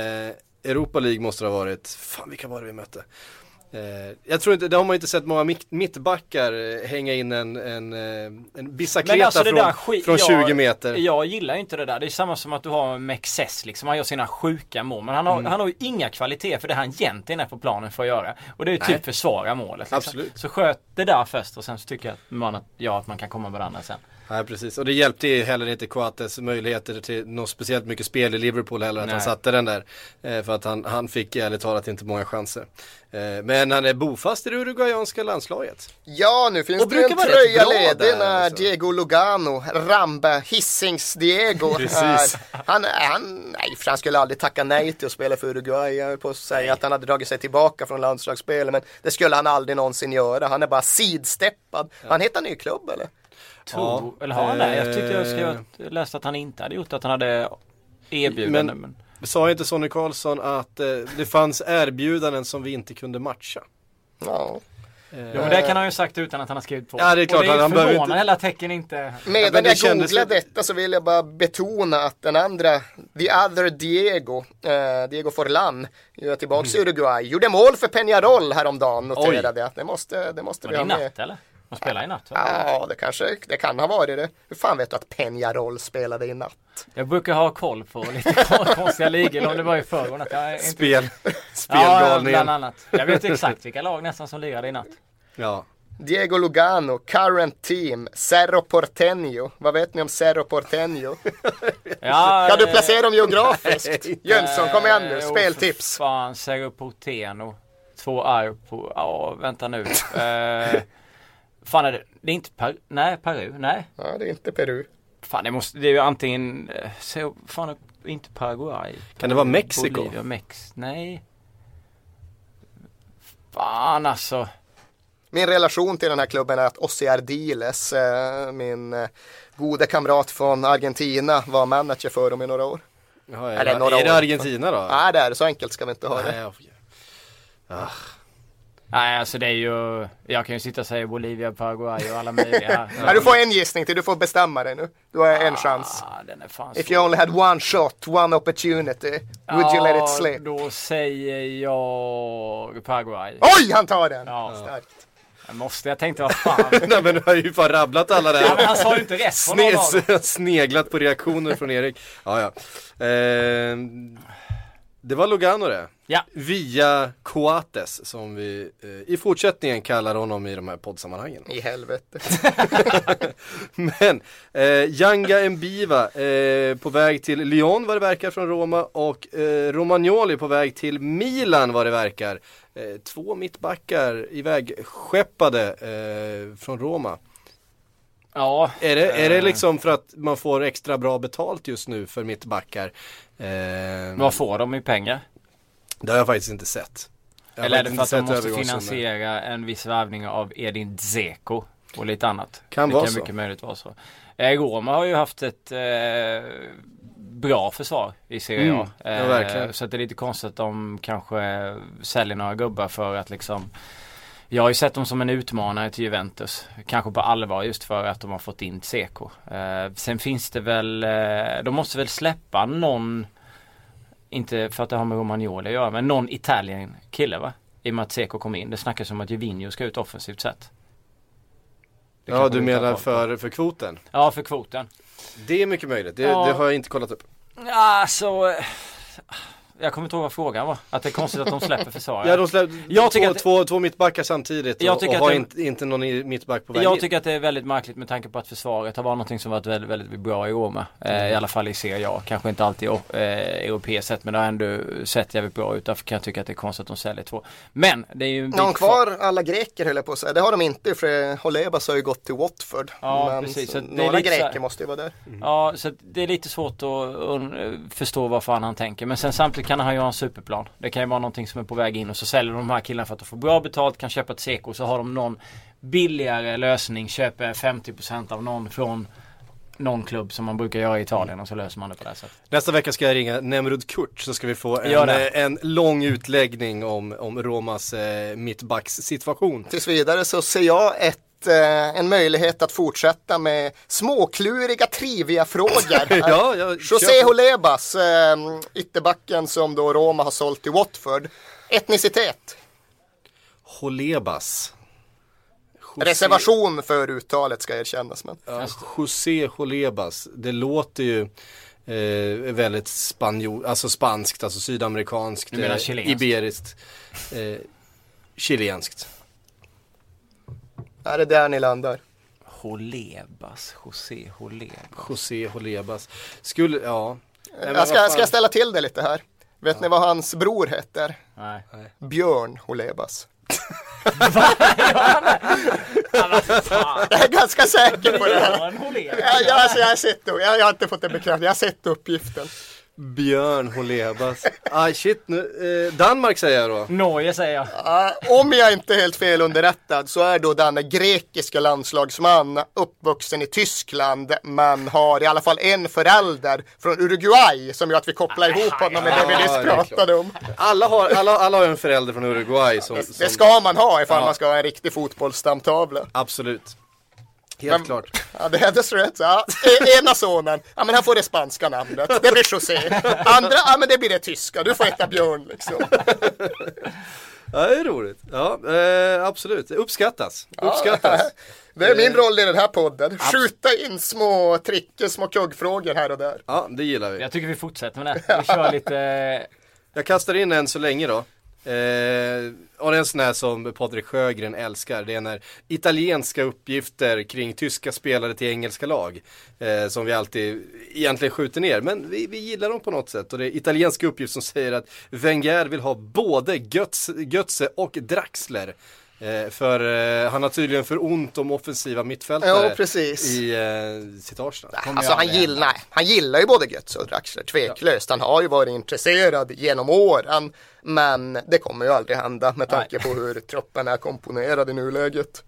Speaker 1: eh, Europa League måste det ha varit. Fan, vilka var det vi mötte? Eh, jag tror inte, det har man inte sett många mitt, mittbackar eh, hänga in en, en, en bicicleta alltså från, skit, från tjugo
Speaker 8: jag,
Speaker 1: meter.
Speaker 8: Jag gillar inte det där. Det är samma som att du har Mexes liksom. Han gör sina sjuka mål. Men han har, mm. han har ju inga kvaliteter för det han egentligen är på planen för att göra. Och det är ju typ försvara målet. Liksom.
Speaker 1: Absolut.
Speaker 8: Så sköt det där först och sen så tycker jag att man, att, ja, att man kan komma med andra sen.
Speaker 1: Nej, precis. Och det hjälpte ju heller inte Coates möjligheter till något speciellt mycket spel i Liverpool heller. Att Nej. han satte den där. Eh, för att han, han fick ärligt talat inte många chanser. Eh, men han är bofast i det uruguayanska landslaget.
Speaker 7: Ja, nu finns och det en tröja ledig när alltså. Diego Lugano, Rambe, Hissings Diego.
Speaker 1: Precis.
Speaker 7: Är, han, han, nej, för han skulle aldrig tacka nej till att spela för Uruguay. Jag vill på att säga nej. Att han hade dragit sig tillbaka från landslagsspelet. Men det skulle han aldrig någonsin göra. Han är bara sidsteppad. Ja. Han hittar ny klubb eller?
Speaker 8: Ja, eller har han det? Jag tyckte jag skrev, jag läste att han inte hade gjort att han hade erbjudanden. Men,
Speaker 1: men... sa inte Sonny Karlsson att eh, det fanns erbjudanden som vi inte kunde matcha?
Speaker 7: Ja.
Speaker 8: Eh, ja, men det kan han ju sagt utan att han har skrivit på.
Speaker 1: Ja, det är klart.
Speaker 8: Och det är
Speaker 1: han
Speaker 8: förvånande inte... hela tecken inte...
Speaker 7: Medan ja, jag googlar detta så vill jag bara betona att den andra, the other Diego, eh, Diego Forlan, är tillbaka mm. i Uruguay. Gjorde mål för Peñarol häromdagen, noterade jag. Det måste, det måste vi ha med.
Speaker 8: Natt, eller? De spelar i natt,
Speaker 7: va? Ja, det kanske det kan ha varit det. Hur fan vet du att Peñarol spelade i natt?
Speaker 8: Jag brukar ha koll på lite konstiga ligor om det var i förrgården. Inte...
Speaker 1: Spel. Spelgalningen.
Speaker 8: Ja, bland annat. Jag vet exakt vilka lag nästan som lirade i natt.
Speaker 1: Ja.
Speaker 7: Diego Lugano, current team, Cerro Porteño. Vad vet ni om Cerro Porteño?
Speaker 8: Ja,
Speaker 7: kan du placera dem geografiskt? Jönsson, kom igen nu, speltips.
Speaker 8: Oh, fan, Cerro Porteño. Två arv på, ja vänta nu. eh, fan är det, det är inte Peru, nej Peru, nej.
Speaker 7: Ja, det är inte Peru.
Speaker 8: Fan, det måste, det är ju antingen, så, fan inte Paraguay.
Speaker 1: Kan det vara Mexiko?
Speaker 8: Bolivia, Mex, nej. Fan alltså.
Speaker 7: Min relation till den här klubben är att Ossi Ardiles, eh, min eh, gode kamrat från Argentina, var manager för dem i några år.
Speaker 1: Jaha, är, Eller några är år. Det Argentina då?
Speaker 7: Nej, det är så enkelt ska vi inte ha det.
Speaker 1: Ah.
Speaker 8: Nej, alltså det är ju, jag kan ju sitta och säga Bolivia, Paraguay och alla möjliga.
Speaker 7: Ja, du får en gissning till, du får bestämma dig nu. Du har en ah, chans.
Speaker 8: Den är fan
Speaker 7: If you only had one shot, one opportunity, would ah, you let it slip?
Speaker 8: Då säger jag Paraguay.
Speaker 7: Oj, han tar den!
Speaker 8: Ja.
Speaker 7: Starkt.
Speaker 8: Jag måste, jag tänkte vad fan.
Speaker 1: Nej, men du har ju fan rabblat alla där.
Speaker 8: Ja, men han sa ju inte rätt på någon
Speaker 1: Sne- Sneglat på reaktioner från Erik. Ja, ja. Eh, det var Lugano det.
Speaker 8: Ja.
Speaker 1: Via Coates som vi eh, i fortsättningen kallar honom i de här poddsammanhangen.
Speaker 7: I helvete.
Speaker 1: Men eh, Yanga Mbiva eh, på väg till Lyon vad det verkar från Roma och eh, Romagnoli på väg till Milan vad det verkar. Eh, två mittbackar iväg skeppade eh, från Roma.
Speaker 8: Ja.
Speaker 1: Är det, är det liksom för att man får extra bra betalt just nu för mittbackar? Eh,
Speaker 8: vad får de i pengar?
Speaker 1: Det har jag faktiskt inte sett. Jag
Speaker 8: Eller är det för att de måste finansiera en viss värvning av Edin Dzeko och lite annat?
Speaker 1: Kan
Speaker 8: det
Speaker 1: vara
Speaker 8: kan
Speaker 1: så.
Speaker 8: mycket möjligt vara så. Eh, Roma har ju haft ett eh, bra försvar i Serie A.
Speaker 1: Mm. Ja, verkligen.
Speaker 8: Så att det är lite konstigt att de kanske säljer några gubbar för att liksom... Jag har ju sett dem som en utmanare till Juventus. Kanske på allvar just för att de har fått in Dzeko. Eh, sen finns det väl... Eh, de måste väl släppa någon... Inte för att det har med Romagnoli att göra, men någon Italien kille, va? I och med att Dzeko kom in. Det snackas om att Juvinho ska ut offensivt sett. Det
Speaker 1: ja, du menar för, för kvoten?
Speaker 8: Ja, för kvoten.
Speaker 1: Det är mycket möjligt. Det,
Speaker 8: ja.
Speaker 1: det har jag inte kollat upp.
Speaker 8: Ja, så... Jag kommer inte ihåg vad frågan var. Att det är konstigt att de släpper försvarare.
Speaker 1: Ja, de släpper
Speaker 8: jag
Speaker 1: två,
Speaker 8: att,
Speaker 1: två, två mittbackar samtidigt och, och har det, inte, inte någon mittback på väg.
Speaker 8: Jag tycker att det är väldigt märkligt med tanke på att försvaret har varit något som varit väldigt, väldigt bra i Roma. Eh, I alla fall i Serie A. Kanske inte alltid eh, europeiskt sett, men det har ändå sett jävligt bra ut. Därför kan jag tycka att det är konstigt att de säljer två. Men det är ju...
Speaker 7: Någon kvar alla greker höll jag på att säga. Det har de inte, för Holebas har ju gått till Watford.
Speaker 8: Ja,
Speaker 7: men
Speaker 8: precis. Så
Speaker 7: några greker
Speaker 8: så...
Speaker 7: måste ju vara där.
Speaker 8: Mm. Ja, så det är lite svårt att förstå vad fan han tänker. Men sen samtidigt kan han ju ha en superplan. Det kan ju vara någonting som är på väg in och så säljer de här killarna för att de får bra betalt, kan köpa ett Dzeko, så har de någon billigare lösning, köper femtio procent av någon från någon klubb som man brukar göra i Italien och så löser man det på det här sättet.
Speaker 1: Nästa vecka ska jag ringa Nemrud Kurt så ska vi få en, en lång utläggning om, om Romas eh, mittbacks situation.
Speaker 7: Tills vidare så ser jag ett en möjlighet att fortsätta med småkluriga trivia-frågor.
Speaker 1: ja, ja,
Speaker 7: José Holebas, äh, ytterbacken som då Roma har sålt till Watford. Etnicitet?
Speaker 1: Holebas.
Speaker 7: José. Reservation för uttalet ska erkännas. Men.
Speaker 1: Ja, José Holebas, det låter ju eh, väldigt spanjol, alltså spanskt, alltså sydamerikanskt, eh, iberiskt, eh, chilenskt.
Speaker 7: Är det där ni landar?
Speaker 8: Holebas, José Holebas.
Speaker 1: José Holebas. Skulle, ja.
Speaker 7: Nej, jag ska, ska jag ställa till det lite här? Vet ja. ni vad hans bror heter?
Speaker 8: Nej.
Speaker 7: Björn Holebas. Jag är ganska säker på det här. Jag, jag, alltså, jag, har sett, jag, jag har inte fått det bekräftat. Jag har sett uppgiften.
Speaker 1: Björn Holebas. Ah shit nu. Eh, Danmark säger jag då.
Speaker 8: Norge säger jag.
Speaker 7: Uh, om jag inte är helt fel underrättad så är då denna grekiska landslagsman uppvuxen i Tyskland men har i alla fall en förälder från Uruguay som gör att vi kopplar ihop honom med det vi nyss pratade om.
Speaker 1: Alla har, alla, alla har en förälder från Uruguay. Som, som...
Speaker 7: Det ska man ha ifall ja. man ska ha en riktig fotbollsstamtavla.
Speaker 1: Absolut. Helt men, klart.
Speaker 7: Ja, det är det rätt. Ja. Ena sonen, ja men han får det spanska namnet. Det blir José. Andra, ja men det blir det tyska. Du får heta Björn liksom.
Speaker 1: Ja, det är roligt. Ja, eh, absolut. Det uppskattas. Uppskattas. Ja,
Speaker 7: det är min roll i den här podden. Skjuta in små tricker, små kuggfrågor här och där.
Speaker 1: Ja, det gillar vi.
Speaker 8: Jag tycker vi fortsätter med det. Vi kör lite...
Speaker 1: Jag kastar in en så länge då. Eh, och det är en sån här som Patrik Sjögren älskar. Det är när italienska uppgifter kring tyska spelare till engelska lag eh, som vi alltid egentligen skjuter ner. Men vi, vi gillar dem på något sätt. Och det är italienska uppgifter som säger att Wenger vill ha både Götze, Götze och Draxler. Eh, för eh, han har tydligen för ont om offensiva mittfältare
Speaker 7: ja, precis.
Speaker 1: i eh, sitt Arsenal.
Speaker 7: Alltså han gillar, nej, han gillar ju både Götze och Draxler, tveklöst. Han har ju varit intresserad genom åren, men det kommer ju aldrig hända med tanke nej. på hur truppen är komponerad i nuläget.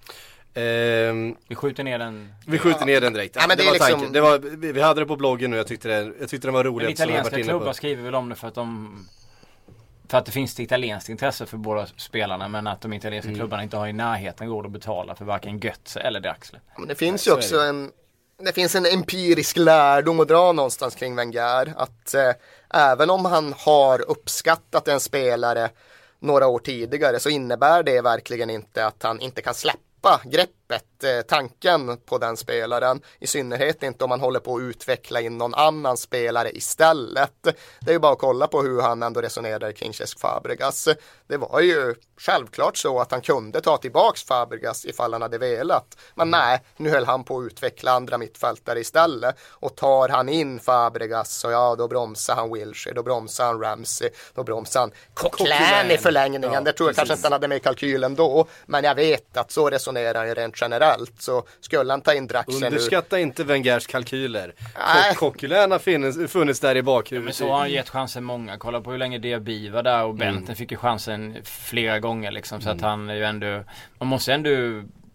Speaker 8: Um, vi skjuter ner den.
Speaker 1: Vi skjuter ja. ner den direkt. Ja, men det, det var liksom... tanken. Det var, vi, vi hade det på bloggen nu. Jag tyckte det, jag tyckte det var roligt.
Speaker 8: Men italienska klubbar skriver väl om det för att de för att det finns ett italienskt intresse för båda spelarna, men att de italienska mm. klubbarna inte har i närheten råd att betala för varken Götze eller Draxler.
Speaker 7: Men det finns ju också en det finns en empirisk lärdom att dra någonstans kring Wenger, att eh, även om han har uppskattat en spelare några år tidigare så innebär det verkligen inte att han inte kan släppa greppet, eh, tanken på den spelaren, i synnerhet inte om man håller på att utveckla in någon annan spelare istället. Det är ju bara att kolla på hur han ändå resonerade kring Cesc Fabregas. Det var ju självklart så att han kunde ta tillbaks Fabregas ifall han hade velat, men nej, nu höll han på att utveckla andra mittfältare istället, och tar han in Fabregas så ja, då bromsar han Wilshere, då bromsar han Ramsey, då bromsar han Coquelin i förlängningen. Ja, det tror jag precis. Kanske inte han hade med i kalkylen då, men jag vet att så resonerar han ju rent generellt, så skulle han ta in Draxler.
Speaker 1: Underskatta
Speaker 7: nu.
Speaker 1: inte Wengers kalkyler. Coquelin har funnits, funnits där i bakhuvudet.
Speaker 8: Ja, men så har han gett chansen många. Kolla på hur länge Diaby var där, och Benten mm. fick ju chansen flera gånger liksom, så mm. att han är ju ändå, man måste ändå ja,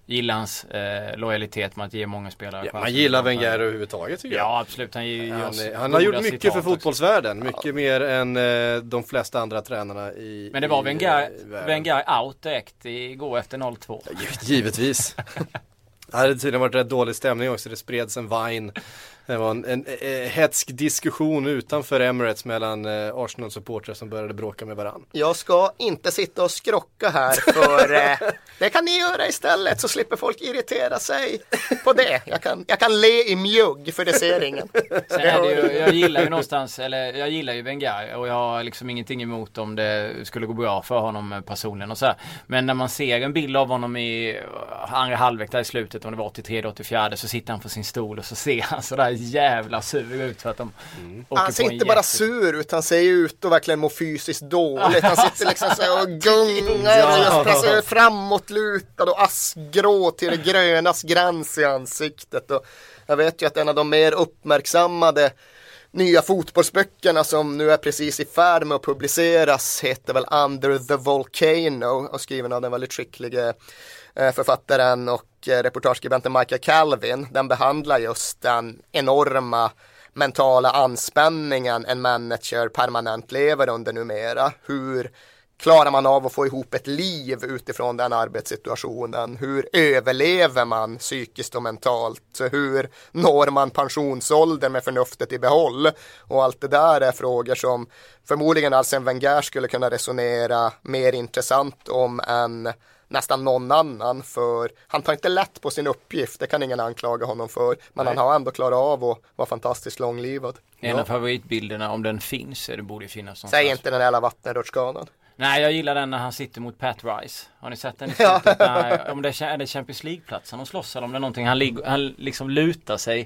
Speaker 8: gillar hans eh, lojalitet med att ge många spelare.
Speaker 1: Ja, man gillar Wenger överhuvudtaget tycker jag.
Speaker 8: Ja, absolut. Han, ger,
Speaker 1: han, han har gjort mycket för fotbollsvärlden. Mycket ja. mer än eh, de flesta andra tränarna i
Speaker 8: Men det var
Speaker 1: i,
Speaker 8: Wenger,
Speaker 1: i
Speaker 8: Wenger out direkt igår efter noll två.
Speaker 1: Ja, givetvis. Det hade tydligen varit rätt dålig stämning också. Det spreds en vine. Det var en, en, en hetsk diskussion utanför Emirates mellan eh, Arsenal-supportrar som började bråka med varann.
Speaker 7: Jag ska inte sitta och skrocka här för eh, det kan ni göra istället så slipper folk irritera sig på det. Jag kan, jag kan le i mjugg för det ser ingen.
Speaker 8: Sen är det ju, jag gillar ju någonstans, eller jag gillar ju Wenger och jag har liksom ingenting emot om det skulle gå bra för honom personligen och så här. Men när man ser en bild av honom i andra halvlek där i slutet, om det var åttiotre åttiofyra, så sitter han på sin stol och så ser han sådär jävla sur ut för att de mm. åker
Speaker 7: han ser
Speaker 8: på
Speaker 7: inte
Speaker 8: en
Speaker 7: bara
Speaker 8: jätte...
Speaker 7: sur ut, han ser ut och verkligen mår fysiskt dåligt. Han sitter liksom så här och gungar och pressar framåtlutad och askgrå till det grönas gräns i ansiktet. Och jag vet ju att en av de mer uppmärksammade nya fotbollsböckerna som nu är precis i färd med att publiceras heter väl Under the Volcano och skriven av den väldigt skickliga författaren och reportageskribenten Michael Calvin. Den behandlar just den enorma mentala anspänningen en manager permanent lever under numera. Hur klarar man av att få ihop ett liv utifrån den arbetssituationen? Hur överlever man psykiskt och mentalt? Hur når man pensionsålder med förnuftet i behåll? Och allt det där är frågor som förmodligen Arsène Wenger skulle kunna resonera mer intressant om än nästan någon annan, för han tar inte lätt på sin uppgift, det kan ingen anklaga honom för, men Nej. han har ändå klarat av att vara fantastiskt långlivad.
Speaker 8: En av favoritbilderna, om den finns, det borde finnas någonstans.
Speaker 7: Säg inte den hela vattenrutschkanan.
Speaker 8: Nej, jag gillar den när han sitter mot Pat Rice. Har ni sett den i slutet? när, om det är, är det Champions League-platsen de slåss eller om det är någonting. Han, lig, han liksom lutar sig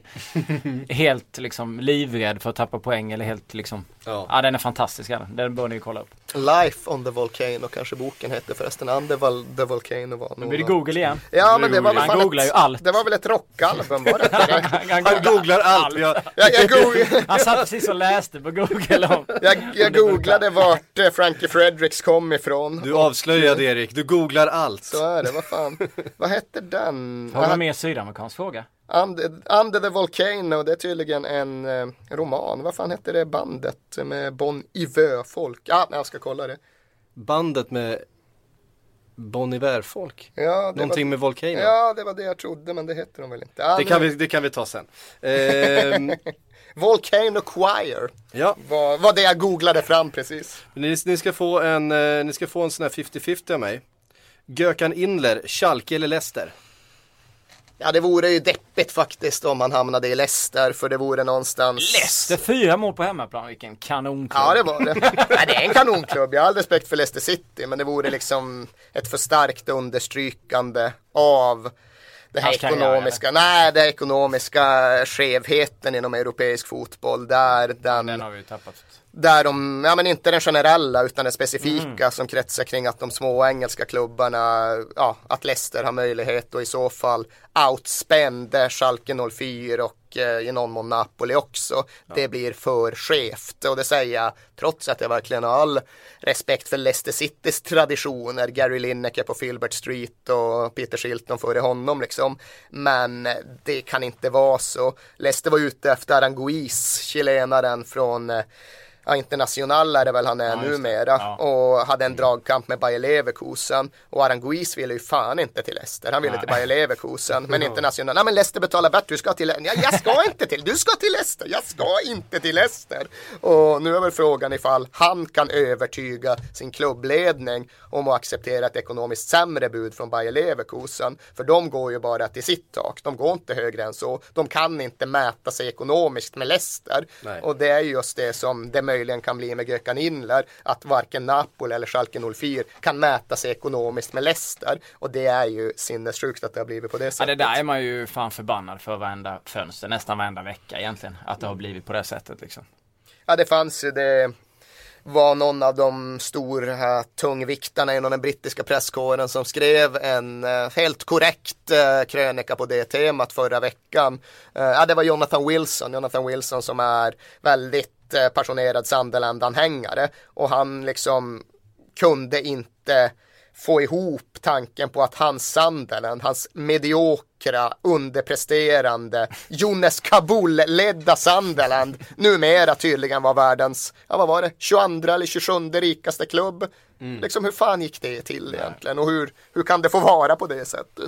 Speaker 8: helt liksom livrädd för att tappa poäng eller helt liksom. Ja, ja den är fantastisk. Ja. Den bör ni kolla upp.
Speaker 7: Life on the Volcano kanske boken heter förresten. Under the Volcano var
Speaker 8: nu blir det Google igen.
Speaker 7: Ja, men det var väl
Speaker 8: han googlar
Speaker 7: ett,
Speaker 8: ju allt.
Speaker 7: Det var väl ett rockalbum var det?
Speaker 8: han, han,
Speaker 1: han googlar allt. allt. Jag,
Speaker 7: jag, jag googl-
Speaker 8: han satt precis och läste på Google om.
Speaker 7: jag, jag googlade vart Frankie Fredericks kom ifrån.
Speaker 1: Du avslöjade Erik, du googlar allt.
Speaker 7: Så är det, vad fan. Vad hette den?
Speaker 8: Har du med sydamerikansk fråga?
Speaker 7: Under, Under the Volcano, det är tydligen en eh, roman. Vad fan hette det bandet med Bon Iver-folk? Ja, jag ska kolla det.
Speaker 1: Bandet med Bon Iver-folk?
Speaker 7: Ja,
Speaker 1: någonting
Speaker 7: var,
Speaker 1: med Volcano?
Speaker 7: Ja, det var det jag trodde, men det heter de väl inte. Ah,
Speaker 1: det, kan vi, det kan vi ta sen. ehm...
Speaker 7: Volcano Choir
Speaker 1: ja.
Speaker 7: var, var det jag googlade fram precis.
Speaker 1: Ni, ni, ska få en, eh, ni ska få en sån här femtio femtio av mig. Gökan Inler, Schalke eller Leicester?
Speaker 7: Ja, det vore ju deppigt faktiskt om man hamnade i Leicester, för det vore någonstans...
Speaker 8: Leicester, fyra mål på hemmaplan, vilken kanonklubb.
Speaker 7: Ja, det var det. Nej, det är en kanonklubb, jag har all respekt för Leicester City, men det vore liksom ett för starkt understrykande av det här ekonomiska, nej, det ekonomiska skevheten inom europeisk fotboll, där den...
Speaker 8: Den har vi ju tappat.
Speaker 7: Där de, ja men inte den generella utan den specifika mm. som kretsar kring att de små engelska klubbarna, ja, att Leicester har möjlighet och i så fall outspände Schalke noll fyra och eh, i någon mån Napoli också. Ja. Det blir för skevt, och det säger jag trots att jag verkligen har all respekt för Leicester Citys traditioner. Gary Lineker på Filbert Street och Peter Shilton före honom liksom. Men det kan inte vara så. Leicester var ute efter Aranguiz, chilenaren från ja, International är det väl han är ja, numera, ja. Och hade en dragkamp med Bayer Leverkusen, och Aranguiz ville ju fan inte till Leicester, han ville Nej. till Bayer Leverkusen, men International, nej men Leicester betalar bättre, du ska till, ja, jag ska inte till, du ska till Leicester, jag ska inte till Leicester. Och nu är väl frågan ifall han kan övertyga sin klubbledning om att acceptera ett ekonomiskt sämre bud från Bayer Leverkusen, för de går ju bara till sitt tak, de går inte högre än så, de kan inte mäta sig ekonomiskt med Leicester. Nej. Och det är just det som det möjligen kan bli med Gökan Inler, att varken Napoli eller Schalke noll fyra kan mäta sig ekonomiskt med Leicester, och det är ju sinnessjukt att det har blivit på det sättet.
Speaker 8: Ja, det där är man ju fan förbannad för varenda fönster, nästan varenda vecka egentligen, att det har blivit på det sättet liksom.
Speaker 7: Ja, det fanns ju det var någon av de stora tungviktarna inom den brittiska presskåren som skrev en uh, helt korrekt uh, krönika på det temat förra veckan. Uh, ja, det var Jonathan Wilson, Jonathan Wilson som är väldigt uh, passionerad Sunderland-anhängare, och han liksom kunde inte få ihop tanken på att hans Sunderland, hans mediokra, underpresterande, Jonas Kabul-ledda Sunderland numera tydligen var världens, ja vad var det, tjugoandra eller tjugosjunde rikaste klubb. Mm. Liksom hur fan gick det till egentligen och hur, hur kan det få vara på det sättet?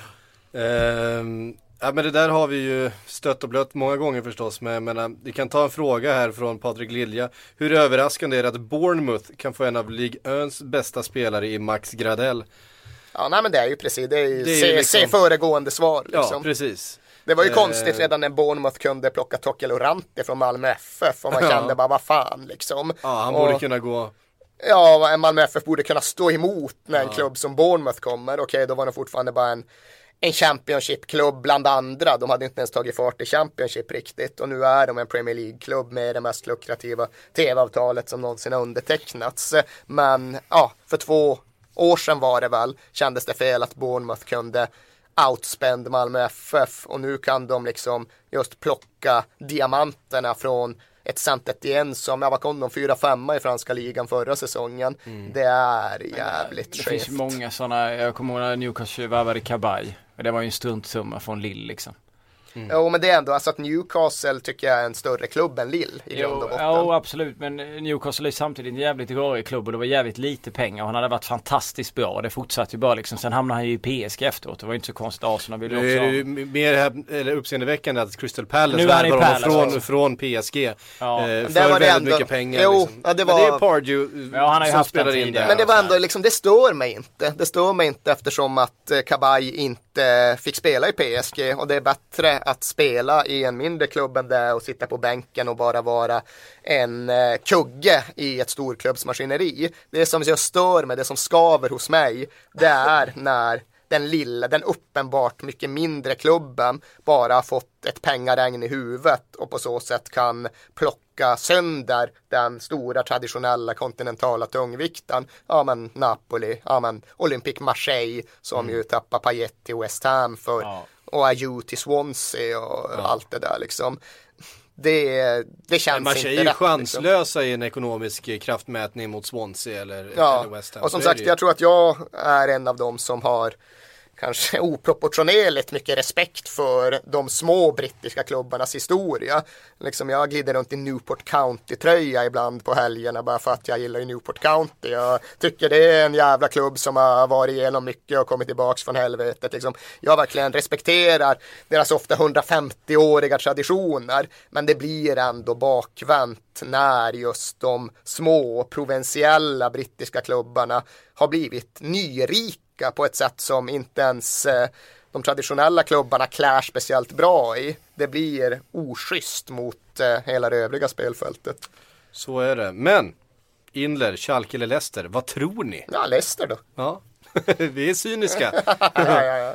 Speaker 1: Um... Ja, men det där har vi ju stött och blött många gånger förstås, men jag menar, vi kan ta en fråga här från Patrik Lilja. Hur överraskande är det att Bournemouth kan få en av Ligue etts bästa spelare i Max Gradel?
Speaker 7: Ja, nej men det är ju precis, det är ju det är se, liksom... se föregående svar liksom.
Speaker 1: Ja, precis.
Speaker 7: Det var ju eh... konstigt redan när Bournemouth kunde plocka Tokel Orante från Malmö F F och man ja. kände bara, vad fan liksom.
Speaker 1: Ja, han
Speaker 7: och...
Speaker 1: borde kunna gå...
Speaker 7: Ja, Malmö F F borde kunna stå emot när ja. en klubb som Bournemouth kommer. Okej, då var det fortfarande bara en En Championship-klubb bland andra. De hade inte ens tagit fart i Championship riktigt. Och nu är de en Premier League-klubb med det mest lukrativa tv-avtalet som någonsin har undertecknats. Men ja, för två år sedan var det väl, kändes det fel att Bournemouth kunde outspend Malmö F F. Och nu kan de liksom just plocka diamanterna från ett Saint-Étienne som, jag var kom de fyra femma i franska ligan förra säsongen. Mm. Det är jävligt
Speaker 8: Det
Speaker 7: skevt.
Speaker 8: finns många sådana, jag kommer ihåg när Newcastle värvade Kabay. Det var ju en struntsumma från Lille liksom.
Speaker 7: Mm. Jo, men det är ändå alltså att Newcastle tycker jag är en större klubb än Lille i grund och botten.
Speaker 8: Ja, absolut, men Newcastle är samtidigt en jävligt rörig klubb och det var jävligt lite pengar och han hade varit fantastiskt bra och det fortsatte ju bara liksom. Sen hamnade han ju i P S G efteråt, det var ju inte så konstigt. Arsenal ville också
Speaker 1: det är ju mer här, eller uppseendeväckande att Crystal Palace värvar honom från, från P S G ja. eh, för väldigt ändå mycket pengar.
Speaker 7: Jo,
Speaker 1: liksom.
Speaker 7: ja, det, var...
Speaker 1: det är Pardew
Speaker 8: ja, han har ju
Speaker 1: som
Speaker 8: haft
Speaker 1: spelar in där.
Speaker 7: Men det var ändå liksom, det stör mig inte. Det stör mig inte eftersom att eh, Kabay inte fick spela i P S G och det är bättre att spela i en mindre klubb än det och sitta på bänken och bara vara en eh, kugge i ett storklubbsmaskineri. Det som jag stör med, det som skaver hos mig, det är när den lilla, den uppenbart mycket mindre klubben bara har fått ett pengaregn i huvudet och på så sätt kan plocka sönder den stora traditionella kontinentala tungvikten. Ja men Napoli, ja men Olympique Marseille som mm. ju tappar Payet till West Ham för ja. och Ayew till Swansea och ja. allt det där liksom. Det, det känns
Speaker 1: men
Speaker 7: inte
Speaker 1: rätt. Man är ju chanslösa liksom. i en ekonomisk kraftmätning mot Swansea eller,
Speaker 7: ja.
Speaker 1: eller West Ham.
Speaker 7: Och som sagt, jag tror att jag är en av dem som har kanske oproportionerligt mycket respekt för de små brittiska klubbarnas historia. Liksom jag glider runt i Newport County-tröja ibland på helgerna bara för att jag gillar Newport County. Jag tycker det är en jävla klubb som har varit igenom mycket och kommit tillbaka från helvetet. Liksom jag verkligen respekterar deras ofta hundrafemtio-åriga traditioner, men det blir ändå bakvänt när just de små provinsiella brittiska klubbarna har blivit nyrika på ett sätt som inte ens eh, de traditionella klubbarna klär speciellt bra i. Det blir oschysst mot eh, hela det övriga spelfältet.
Speaker 1: Så är det. Men Inler, Schalke eller Leicester, vad tror ni?
Speaker 7: Ja, Leicester då.
Speaker 1: Ja, vi är cyniska.
Speaker 7: ja, ja, ja.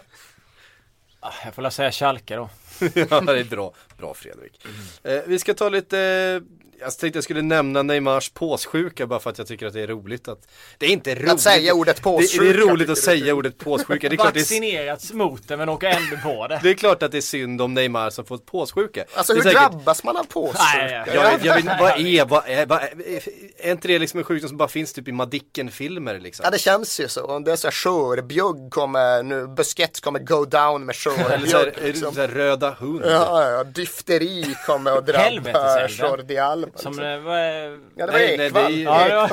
Speaker 8: Jag får la säga Schalke då.
Speaker 1: Ja, det är bra. Bra Fredrik. Mm. Eh, vi ska ta lite... Eh, jag tänkte jag skulle nämna Neymars påssjuka bara för att jag tycker att det är roligt att... Det är inte roligt
Speaker 7: att säga ordet påssjuka.
Speaker 1: Det, det är roligt att säga ordet påssjuka. Det är klart
Speaker 8: vaccinerats mot det men åker ändå på det.
Speaker 1: Det är klart att det är synd om Neymar som får påssjuka.
Speaker 7: Alltså hur
Speaker 1: säkert...
Speaker 7: drabbas man av påssjuka?
Speaker 8: Nej,
Speaker 1: jag, jag, jag vet, vad är, vad är, vad är, är inte det liksom en sjukdom som bara finns typ i Madicken-filmer liksom?
Speaker 7: Ja, det känns ju så. Det är så här skörbjugg kommer nu, Busquets kommer go down med skörbjugg.
Speaker 1: Liksom. Så här röda hund.
Speaker 7: Ja, ja, difteri kommer att drabba Jordi Alba.
Speaker 8: Som det var...
Speaker 7: Ja, det var
Speaker 1: nej,
Speaker 7: Ekvall.
Speaker 1: Nej,
Speaker 7: ja,
Speaker 1: det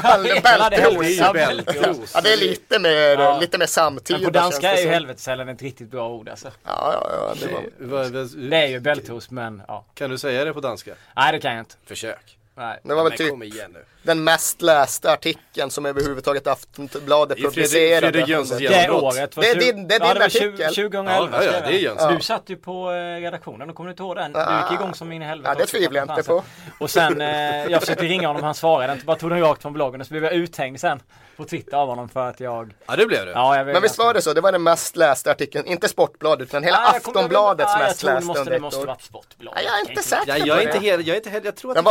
Speaker 7: var
Speaker 1: Bältros.
Speaker 7: Ja, det är lite mer, ja. lite mer samtidigt.
Speaker 8: Men på danska är ju helvetesällen ett riktigt bra ord alltså.
Speaker 7: Ja, ja, ja. Det, var...
Speaker 8: det är ju Bältros, men ja.
Speaker 1: Kan du säga det på danska?
Speaker 8: Nej, det kan jag inte.
Speaker 1: Försök.
Speaker 8: Nej.
Speaker 7: Det var väl typ den mest lästa artikeln som överhuvudtaget Aftonbladet publicerade.
Speaker 1: Fredrik Jönssons
Speaker 8: det året var
Speaker 7: det är din, det är din ja, det
Speaker 8: artikel. tjugoelva.
Speaker 1: Ja, ja, det är Jönsson.
Speaker 8: Du satt ju på redaktionen och kommer du inte ihåg den? Du gick igång som in i helvete.
Speaker 7: Ja, det tvivlar jag inte på.
Speaker 8: Och sen, eh, jag försökte ringa honom, han svarade inte. Bara tog den rakt från bloggen och så blev jag uthängd sen på Twitter av honom för att jag...
Speaker 1: Ja, det blev det.
Speaker 8: Ja, jag
Speaker 7: men visst var det så? Det var den mest lästa artikeln. Inte Sportbladet, utan hela ja, Aftonbladets
Speaker 8: ja,
Speaker 7: mest lästa
Speaker 8: under ett år. Det måste varit Sportbladet.
Speaker 7: Ja, jag är inte säker
Speaker 1: ja, jag är inte helt, jag är inte helt, jag tror att
Speaker 7: den
Speaker 1: det
Speaker 7: var